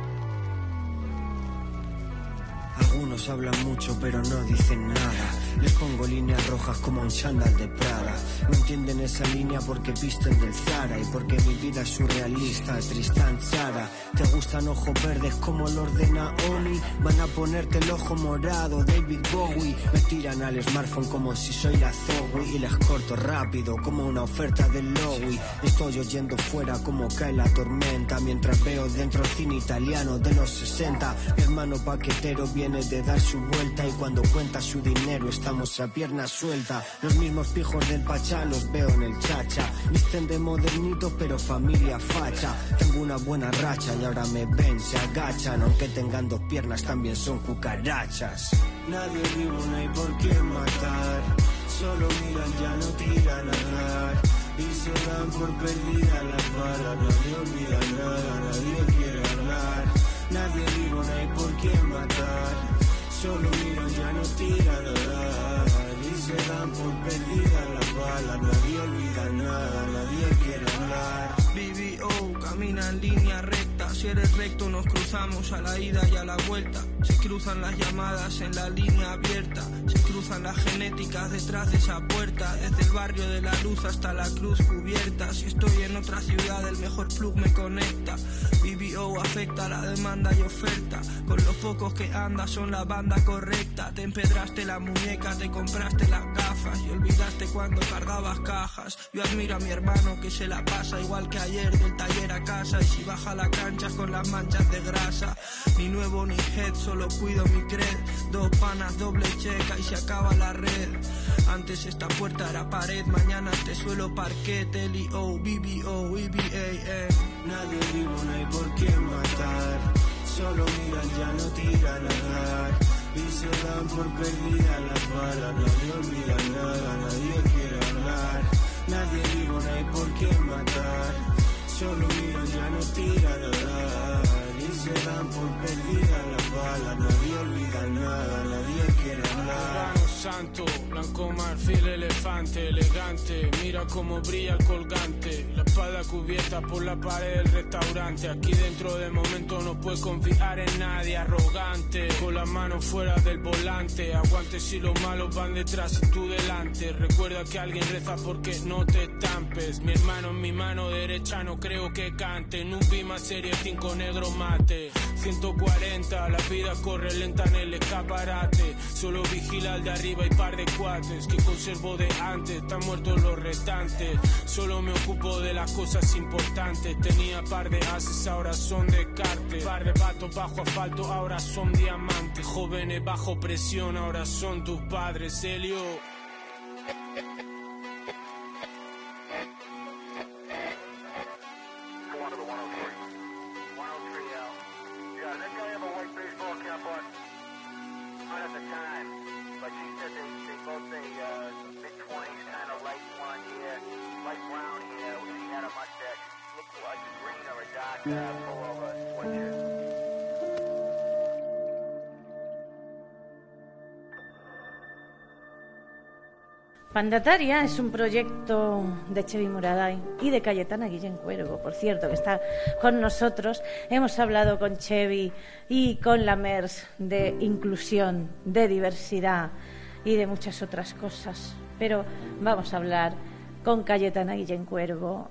Algunos hablan mucho pero no dicen nada. Les pongo líneas rojas como un chándal de Prada. No entienden esa línea porque visten del Zara y porque mi vida es surrealista, Tristán Tzara. Te gustan ojos verdes como los de Naomi. Van a ponerte el ojo morado, David Bowie. Me tiran al smartphone como si soy la Zoe y les corto rápido como una oferta del Lowy. Estoy oyendo fuera como cae la tormenta mientras veo dentro cine italiano de los sesenta. Mi hermano paquetero viene de dar su vuelta y cuando cuenta su dinero estamos a pierna suelta. Los mismos pijos del Pachá los veo en el Chacha. Visten de modernito pero familia facha. Tengo una buena racha y ahora me ven, se agachan. Aunque tengan dos piernas también son cucarachas. Nadie vivo, no hay por qué matar. Solo miran, ya no tiran a dar. Y se dan por perdida las balas. Nadie olvida nada, nadie quiere hablar. Nadie vivo, no hay por qué matar. Solo miran, ya no tiran a dar. Y se dan por perdida las balas. Nadie olvida nada, nadie quiere hablar. B B O camina en línea recta. Si eres recto nos cruzamos a la ida y a la vuelta. Se cruzan las llamadas en la línea abierta. Se cruzan las genéticas detrás de esa puerta. Desde el barrio de la luz hasta la cruz cubierta. Si estoy en otra ciudad el mejor plug me conecta. B B O afecta la demanda y oferta. Con los pocos que andas son la banda correcta. Te empedraste la muñeca, te compraste las gafas y olvidaste cuando cargabas cajas. Yo admiro a mi hermano que se la pasa igual que ayer del taller a casa. Y si baja la cancha con las manchas de grasa. Ni nuevo ni head, solo cuido mi cred. Dos panas, doble checa y se acaba la red. Antes esta puerta era pared, mañana este suelo parquet. L I O, B B O, E B A N. Nadie vivo, no hay por qué matar. Solo miran, ya no tiran a dar. Y se dan por perdida las balas. Nadie olvida nada, nadie quiere hablar. Nadie vivo, no hay por qué matar. Solo miran, ya no tiran a dar. Y se dan por perdida las balas. Nadie olvida nada, nadie quiere hablar. Santo, blanco marfil, elefante, elegante, mira cómo brilla el colgante, la espada cubierta por la pared del restaurante, aquí dentro de momento no puedes confiar en nadie, arrogante, con las manos fuera del volante, aguante si los malos van detrás y tú delante, recuerda que alguien reza porque no te estampes, mi hermano en mi mano derecha no creo que cante, en un Bima serie cinco negro mate, ciento cuarenta, la vida corre lenta en el escaparate, solo vigila al de arriba y par de cuates que conservo de antes, están muertos los restantes, solo me ocupo de las cosas importantes, tenía par de ases, ahora son descartes, par de patos bajo asfalto, ahora son diamantes, jóvenes bajo presión, ahora son tus padres, Helio. Yeah, Pandataria es un proyecto de Txevi Muraday y de Cayetana Guillén Cuervo, por cierto, que está con nosotros. Hemos hablado con Txevi y con la MERS de inclusión, de diversidad y de muchas otras cosas. Pero vamos a hablar con Cayetana Guillén Cuervo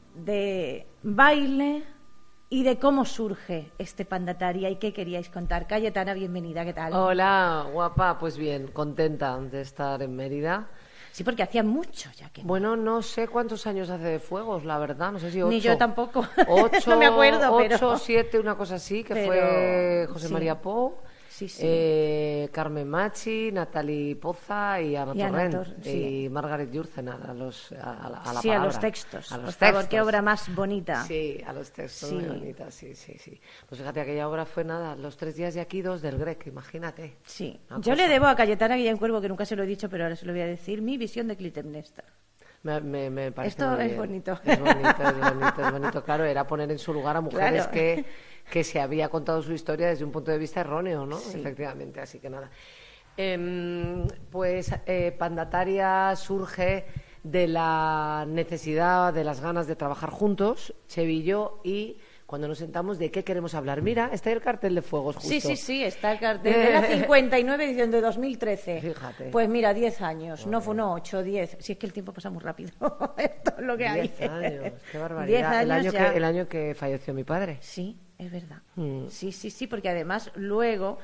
de baile y de cómo surge este Pandataria y qué queríais contar. Cayetana, bienvenida, ¿qué tal? Hola, guapa, pues bien, contenta de estar en Mérida. Sí, porque hacía mucho ya que... Bueno, no sé cuántos años hace de Fuegos, la verdad, no sé si ocho. Ni yo tampoco, ocho, no me acuerdo, ocho, pero... Ocho, siete, una cosa así, que pero... fue José sí. María Pou, sí, sí. Eh, Carmen Machi, Nathalie Poza y Ana y Ana Torrent, Tor, sí. y Margaret Jurgen a, los, a, a, la, a la sí, palabra. a los textos, a los por textos. favor, qué obra más bonita. Sí, a los textos, sí. muy bonita, sí, sí, sí. Pues fíjate, aquella obra fue nada, los tres días de aquí, dos del Grec, imagínate. Sí, Una yo cosa. le debo a Cayetana Guillén Cuervo, que nunca se lo he dicho, pero ahora se lo voy a decir, mi visión de Clitemnestra. Me, me, me parece Esto muy es bien. bonito. Es bonito, es bonito, es bonito. Claro, era poner en su lugar a mujeres Claro. que, que se había contado su historia desde un punto de vista erróneo, ¿no? Sí. Efectivamente, así que nada. Eh, pues eh, Pandataria surge de la necesidad, de las ganas de trabajar juntos, Txevi y yo, y cuando nos sentamos de qué queremos hablar. Mira, está ahí el cartel de Fuegos justo. Sí, sí, sí, está el cartel de la cincuenta y nueve edición de dos mil trece. Fíjate. Pues mira, diez años, no fue no, ocho, diez. Si es que el tiempo pasa muy rápido. Esto es lo que hay. Diez años, qué barbaridad. Diez años el, año ya. que, el año que falleció mi padre. Sí, es verdad. Mm. Sí, sí, sí, porque además luego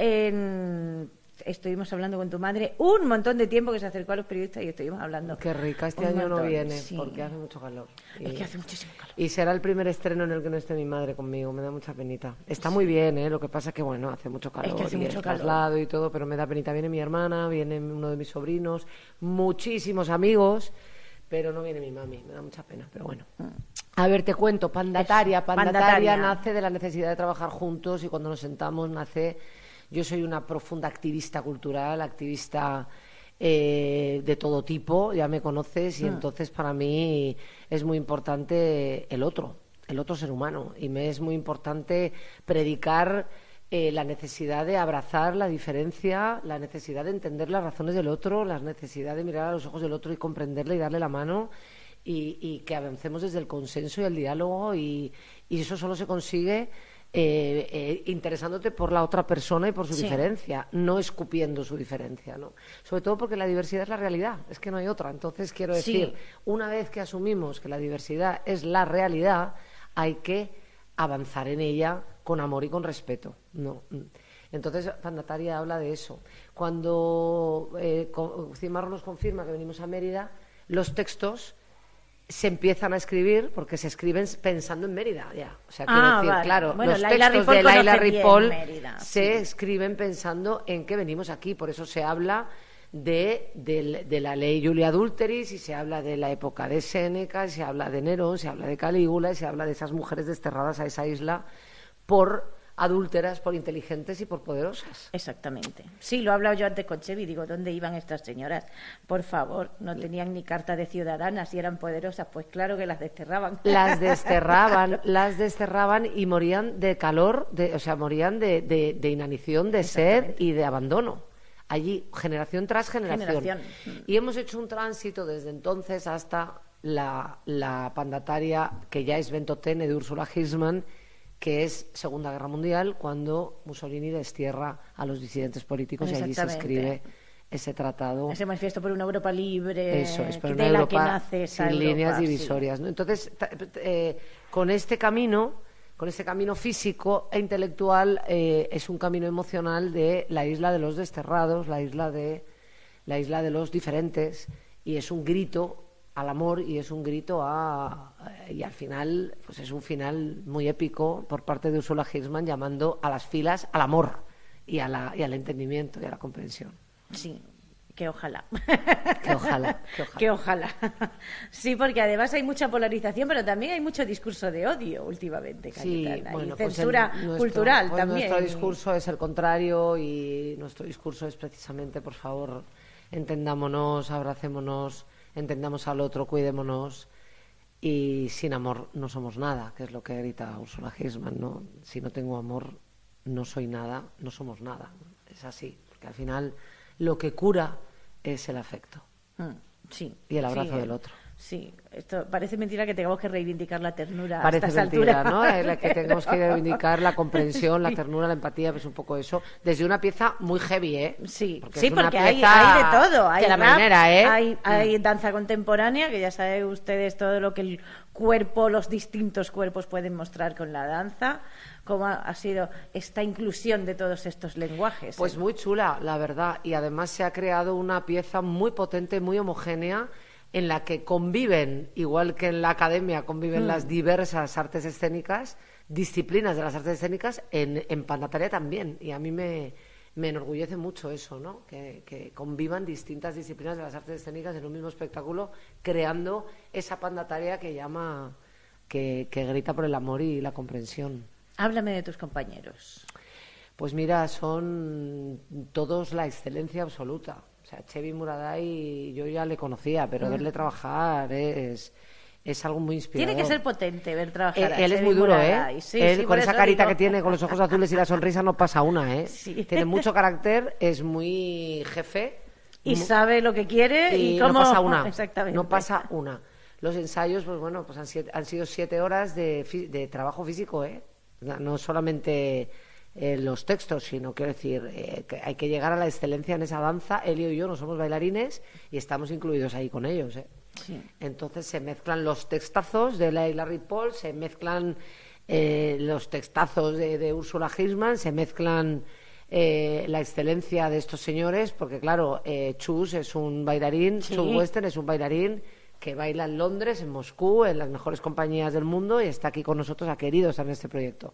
en... estuvimos hablando con tu madre un montón de tiempo que se acercó a los periodistas y estuvimos hablando. Qué rica, este un año no montón, viene sí. porque hace mucho calor. Es Y- que hace muchísimo calor. Y será el primer estreno en el que no esté mi madre conmigo, me da mucha penita. Está muy bien, ¿eh? Lo que pasa que, bueno, hace mucho calor que hace y mucho el calor. traslado y todo, pero me da penita. Viene mi hermana, viene uno de mis sobrinos, muchísimos amigos, pero no viene mi mami, me da mucha pena, pero bueno. A ver, te cuento, Pandataria. Eso, Pandataria Pandataria. nace de la necesidad de trabajar juntos y cuando nos sentamos nace... Yo soy una profunda activista cultural, activista eh, de todo tipo, ya me conoces, y Mm. entonces para mí es muy importante el otro, el otro ser humano, y me es muy importante predicar eh, la necesidad de abrazar la diferencia, la necesidad de entender las razones del otro, la necesidad de mirar a los ojos del otro y comprenderle y darle la mano, y, y que avancemos desde el consenso y el diálogo, y, y eso solo se consigue eh, eh, interesándote por la otra persona y por su Sí. diferencia, no escupiendo su diferencia, ¿no? Sobre todo porque la diversidad es la realidad, es que no hay otra. Entonces, quiero Sí. decir, una vez que asumimos que la diversidad es la realidad, hay que avanzar en ella con amor y con respeto, ¿no? Entonces, Pandataria habla de eso. Cuando eh, co- Cimarro nos confirma que venimos a Mérida, los textos se empiezan a escribir porque se escriben pensando en Mérida ya. O sea, quiero Ah, decir, vale. claro, Bueno, los Laila textos Ripoll de Laila conoce bien Ripoll Mérida, se sí. escriben pensando en que venimos aquí. Por eso se habla de, del- de la ley Julia Adulteris, y se habla de la época de Séneca, y se habla de Nerón, se habla de Calígula, y se habla de esas mujeres desterradas a esa isla por adúlteras, por inteligentes y por poderosas. Exactamente. Sí, lo he hablado yo antes con Txevi, digo, ¿dónde iban estas señoras? Por favor, no tenían ni carta de ciudadanas y eran poderosas, pues claro que las desterraban. Las desterraban, las desterraban y morían de calor, de, o sea, morían de, de, de inanición, de sed y de abandono. Allí, generación tras generación. Generación. Y hemos hecho un tránsito desde entonces hasta la, la Pandataria, que ya es Ventotene, de Úrsula Hirschman, que es Segunda Guerra Mundial, cuando Mussolini destierra a los disidentes políticos y allí se Exactamente. escribe ese tratado. Ese manifiesto por una Europa libre, Eso es, pero de una la Europa que nace esa sin Europa, líneas sí. divisorias, ¿no? Entonces, ta- eh, con este camino, con este camino físico e intelectual, eh, es un camino emocional de la isla de los desterrados, la isla de la isla de los diferentes, y es un grito al amor y es un grito a y al final pues es un final muy épico por parte de Ursula Hirschman llamando a las filas al amor y a la y al entendimiento y a la comprensión. Sí, que ojalá. Que ojalá, que ojalá. Que ojalá. Sí, porque además hay mucha polarización, pero también hay mucho discurso de odio últimamente, Sí, Cayetana, bueno, y pues censura el- nuestro- cultural pues también. Nuestro discurso es el contrario y nuestro discurso es precisamente, por favor, entendámonos, abracémonos, entendamos al otro, cuidémonos y sin amor no somos nada, que es lo que grita Ursula Hirschman, ¿no? Si no tengo amor, no soy nada, no somos nada. Es así, porque al final lo que cura es el afecto. Mm, sí. Y el abrazo sí, del otro. Sí, esto parece mentira que tengamos que reivindicar la ternura Parece a estas mentira, alturas. ¿no? Es la que tenemos que reivindicar la comprensión, la ternura, la empatía, pues un poco eso. Desde una pieza muy heavy, ¿eh? Sí, porque, sí, es una porque hay, pieza hay de todo. Hay de la rap, marinera, ¿eh? hay, hay danza contemporánea, que ya saben ustedes todo lo que el cuerpo, los distintos cuerpos pueden mostrar con la danza. ¿Cómo ha, ha sido esta inclusión de todos estos lenguajes? Pues ¿eh? muy chula, la verdad. Y además se ha creado una pieza muy potente, muy homogénea, en la que conviven, igual que en la academia conviven Mm. las diversas artes escénicas, disciplinas de las artes escénicas, en, en Pandataria también. Y a mí me, me enorgullece mucho eso, ¿no? Que, que convivan distintas disciplinas de las artes escénicas en un mismo espectáculo, creando esa Pandataria que llama, que, que grita por el amor y la comprensión. Háblame de tus compañeros. Pues mira, son todos la excelencia absoluta. O sea, Chevy Muraday yo ya le conocía, pero Mm. verle trabajar es, es algo muy inspirador. Tiene que ser potente ver trabajar Él, a él es Chevy muy duro, Muraday. ¿eh? Sí, Él, sí, con por esa eso carita digo. que tiene, con los ojos azules y la sonrisa, no pasa una, ¿eh? Sí. Tiene mucho carácter, es muy jefe. Y mu- sabe lo que quiere y, cómo... no pasa una. Exactamente. No pasa una. Los ensayos, pues bueno, pues han, siete- han sido siete horas de, fi- de trabajo físico, ¿eh? No solamente eh, los textos, sino quiero decir, eh, que hay que llegar a la excelencia en esa danza. Elio y yo no somos bailarines y estamos incluidos ahí con ellos, ¿eh? Sí. Entonces se mezclan los textazos de la Larry Paul, se mezclan eh, los textazos de, de Ursula Hirschman, se mezclan eh, la excelencia de estos señores, porque claro, eh, Chus es un bailarín, Sí. Chus Western es un bailarín que baila en Londres, en Moscú, en las mejores compañías del mundo y está aquí con nosotros, ha querido estar en este proyecto.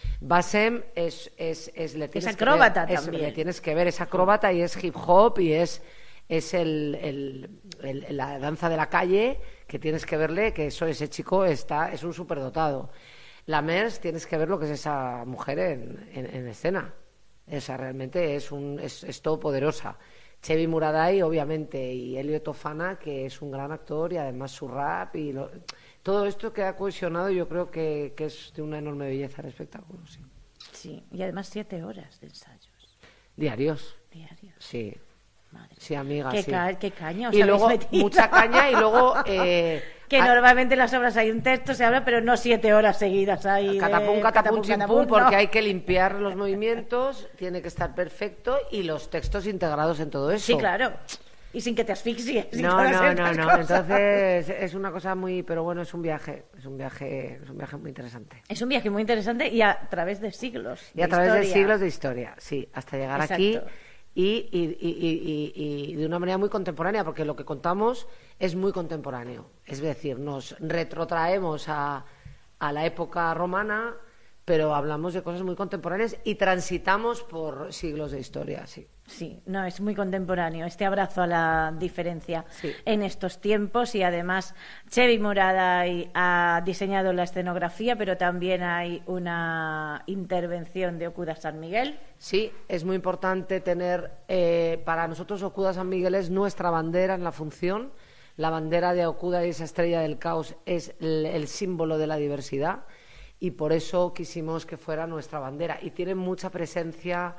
Basem es, es, es, le tienes que acróbata ver, es- también. le tienes que ver, es acróbata y es hip hop y es es el, el- el- la danza de la calle, que tienes que verle, que eso, ese chico está, es un superdotado. La Mers, tienes que ver lo que es esa mujer en, en, en escena. Esa realmente es, un, es, es todopoderosa. Chevy Muraday, obviamente, y Elio Tofana, que es un gran actor, y además su rap, y lo- todo esto que ha cohesionado, yo creo que, que es de una enorme belleza el espectáculo, sí. Sí, y además siete horas de ensayos. Diarios. Diarios. Sí. Sí, amiga, Qué, sí. ca- qué caña os Y habéis luego metido. mucha caña y luego eh, que a- normalmente en las obras hay un texto, se habla, pero no siete horas seguidas ahí. de catapum, catapum, chimpum, catapum, porque no. hay que limpiar los movimientos, tiene que estar perfecto y los textos integrados en todo eso. Sí, claro. Y sin que te asfixies. y No, todas no, no, estas no. cosas. Entonces es una cosa muy, pero bueno, es un viaje, es un viaje, es un viaje muy interesante. Es un viaje muy interesante y a través de siglos. Y a de través de historia. siglos de historia, sí, hasta llegar Exacto. aquí y, y, y, y- y- y de una manera muy contemporánea, porque lo que contamos es muy contemporáneo. Es decir, nos retrotraemos a, a la época romana, pero hablamos de cosas muy contemporáneas y transitamos por siglos de historia, sí. Sí, no, es muy contemporáneo este abrazo a la diferencia en estos tiempos y además Chevy Muraday ha diseñado la escenografía, pero también hay una intervención de Okuda San Miguel. Sí, es muy importante tener, eh, para nosotros Okuda San Miguel es nuestra bandera en la función. La bandera de Okuda y esa estrella del caos es el, el símbolo de la diversidad y por eso quisimos que fuera nuestra bandera. Y tiene mucha presencia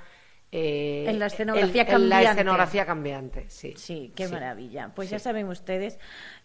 eh, En la escenografía en- en cambiante. la escenografía cambiante, sí. Sí, qué Sí. maravilla. Pues Sí. ya saben ustedes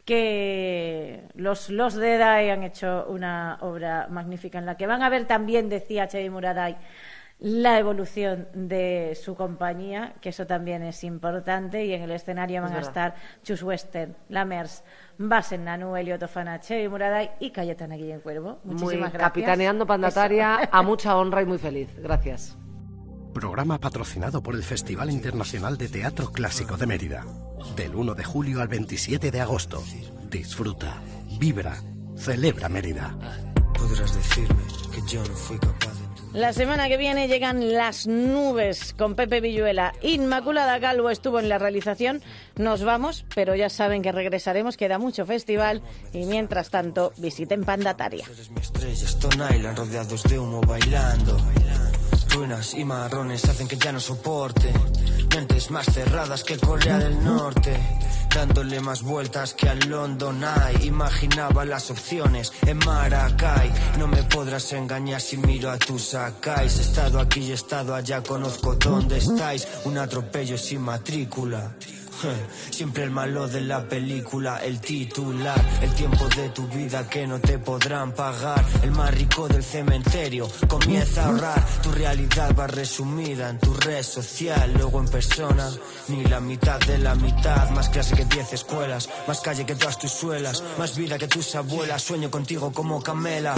que los, los de Edai han hecho una obra magnífica en la que van a ver también, decía Chevy Muraday, la evolución de su compañía, que eso también es importante, y en el escenario van Es a verdad. estar Chus Western, Lamers, Basen Nanu, Elio Tofana, Chevy Muraday y Cayetana Guillén Cuervo. Muy Muchísimas gracias. capitaneando Pandataria, Eso. a mucha honra y muy feliz. Gracias. Programa patrocinado por el Festival Internacional de Teatro Clásico de Mérida. Del uno de julio al veintisiete de agosto. Disfruta, vibra, celebra Mérida. Podrás decirme que yo no fui capaz de... La semana que viene llegan Las Nubes con Pepe Villuela. Inmaculada Calvo estuvo en la realización. Nos vamos, pero ya saben que regresaremos. Queda mucho festival y mientras tanto visiten Pandataria. Estrellas, Stone Island, rodeados de humo bailando. Ruinas y marrones hacen que ya no soporte. Mentes más cerradas que Corea del Norte. dándole más vueltas que al London Eye. Imaginaba las opciones en Maracay. No me podrás engañar si miro a tus sacáis. He estado aquí y he estado allá, conozco dónde estáis. Un atropello sin matrícula. Siempre el malo de la película, el titular. El tiempo de tu vida que no te podrán pagar. El más rico del cementerio comienza a ahorrar. Tu realidad va resumida en tu red social. Luego en persona, ni la mitad de la mitad. Más clase que diez escuelas, más calle que todas tus suelas, más vida que tus abuelas. Sueño contigo como Camela.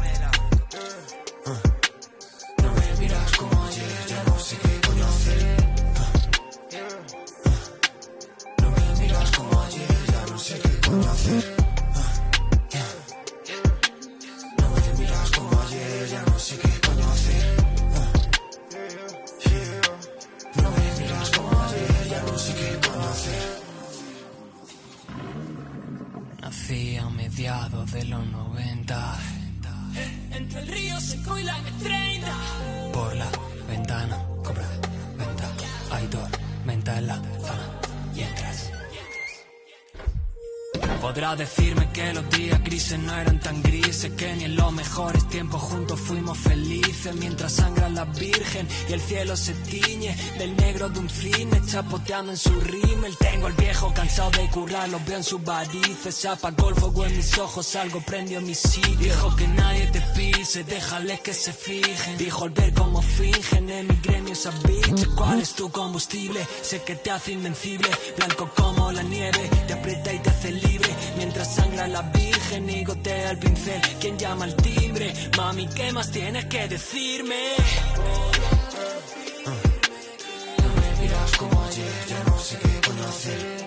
No me miras como ayer, ya no sé qué coño hacer. No sé qué coño hacer. No me miras como ayer, ya no sé qué coño hacer. No me miras como ayer, ya no sé qué coño hacer. Nací a mediados de los noventa. Entre el río seco y la eme treinta. Por la ventana, compra, venta. Hay tormenta en la zona y entras. Podrás decirme que los días grises no eran tan grises, que ni en los mejores tiempos juntos fuimos felices, mientras sangra la virgen y el cielo se tiñe del negro de un cine, chapoteando en su rímel. Tengo el viejo cansado de currar, los veo en sus varices, se apagó el fuego en mis ojos, algo prendió mi sitio. Dijo que nadie te pise, déjales que se fijen. Dijo al ver cómo fingen en mi gremio esa bitch. ¿Cuál es tu combustible? Sé que te hace invencible, blanco como la nieve, te aprieta y te hace libre. Mientras sangra la virgen y gotea el pincel, ¿quién llama al timbre? Mami, ¿qué más tienes que decirme? No me miras como ayer, ya no sé qué coño hacer.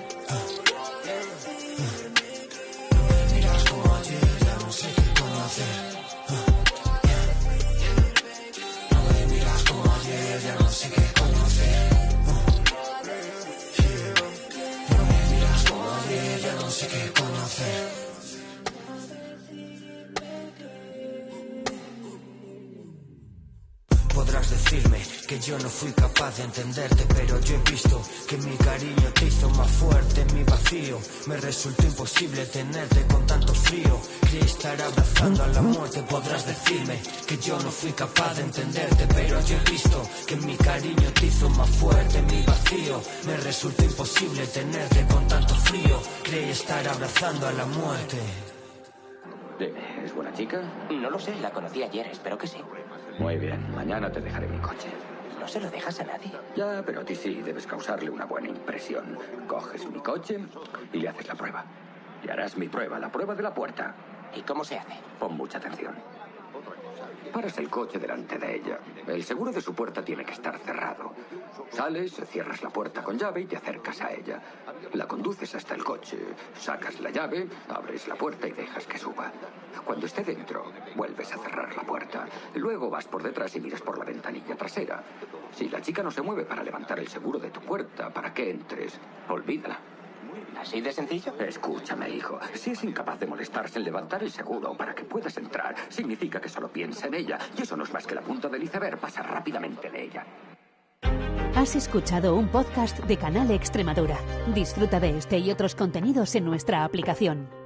No me miras como ayer, ya no sé qué coño hacer. No me miras como ayer, ya no sé qué coño hacer. No me miras como ayer, ya no sé qué coño hacer. Podrás decirme que yo no fui capaz de entenderte, pero yo he visto que mi cariño te hizo más fuerte. En mi vacío me resultó imposible tenerte con tanto frío. Creí estar abrazando a la muerte. Podrás decirme que yo no fui capaz de entenderte, pero yo he visto que mi cariño te hizo más fuerte. En mi vacío me resultó imposible tenerte con tanto frío. Creí estar abrazando a la muerte. Dime, ¿es buena chica? No lo sé, la conocí ayer, espero que sí. Muy bien, mañana te dejaré mi coche. No se lo dejas a nadie. Ya, pero a ti sí, debes causarle una buena impresión. Coges mi coche y le haces la prueba. Y harás mi prueba, la prueba de la puerta. ¿Y cómo se hace? Pon mucha atención. Paras el coche delante de ella. El seguro de su puerta tiene que estar cerrado. Sales, cierras la puerta con llave y te acercas a ella. La conduces hasta el coche, sacas la llave, abres la puerta y dejas que suba. Cuando esté dentro, vuelves a cerrar la puerta. Luego vas por detrás y miras por la ventanilla trasera. Si la chica no se mueve para levantar el seguro de tu puerta para que entres, olvídala. ¿Así de sencillo? Escúchame, hijo. Si es incapaz de molestarse en levantar el seguro para que puedas entrar, significa que solo piensa en ella. Y eso no es más que la punta del iceberg. Pasa rápidamente de ella. Has escuchado un podcast de Canal Extremadura. Disfruta de este y otros contenidos en nuestra aplicación.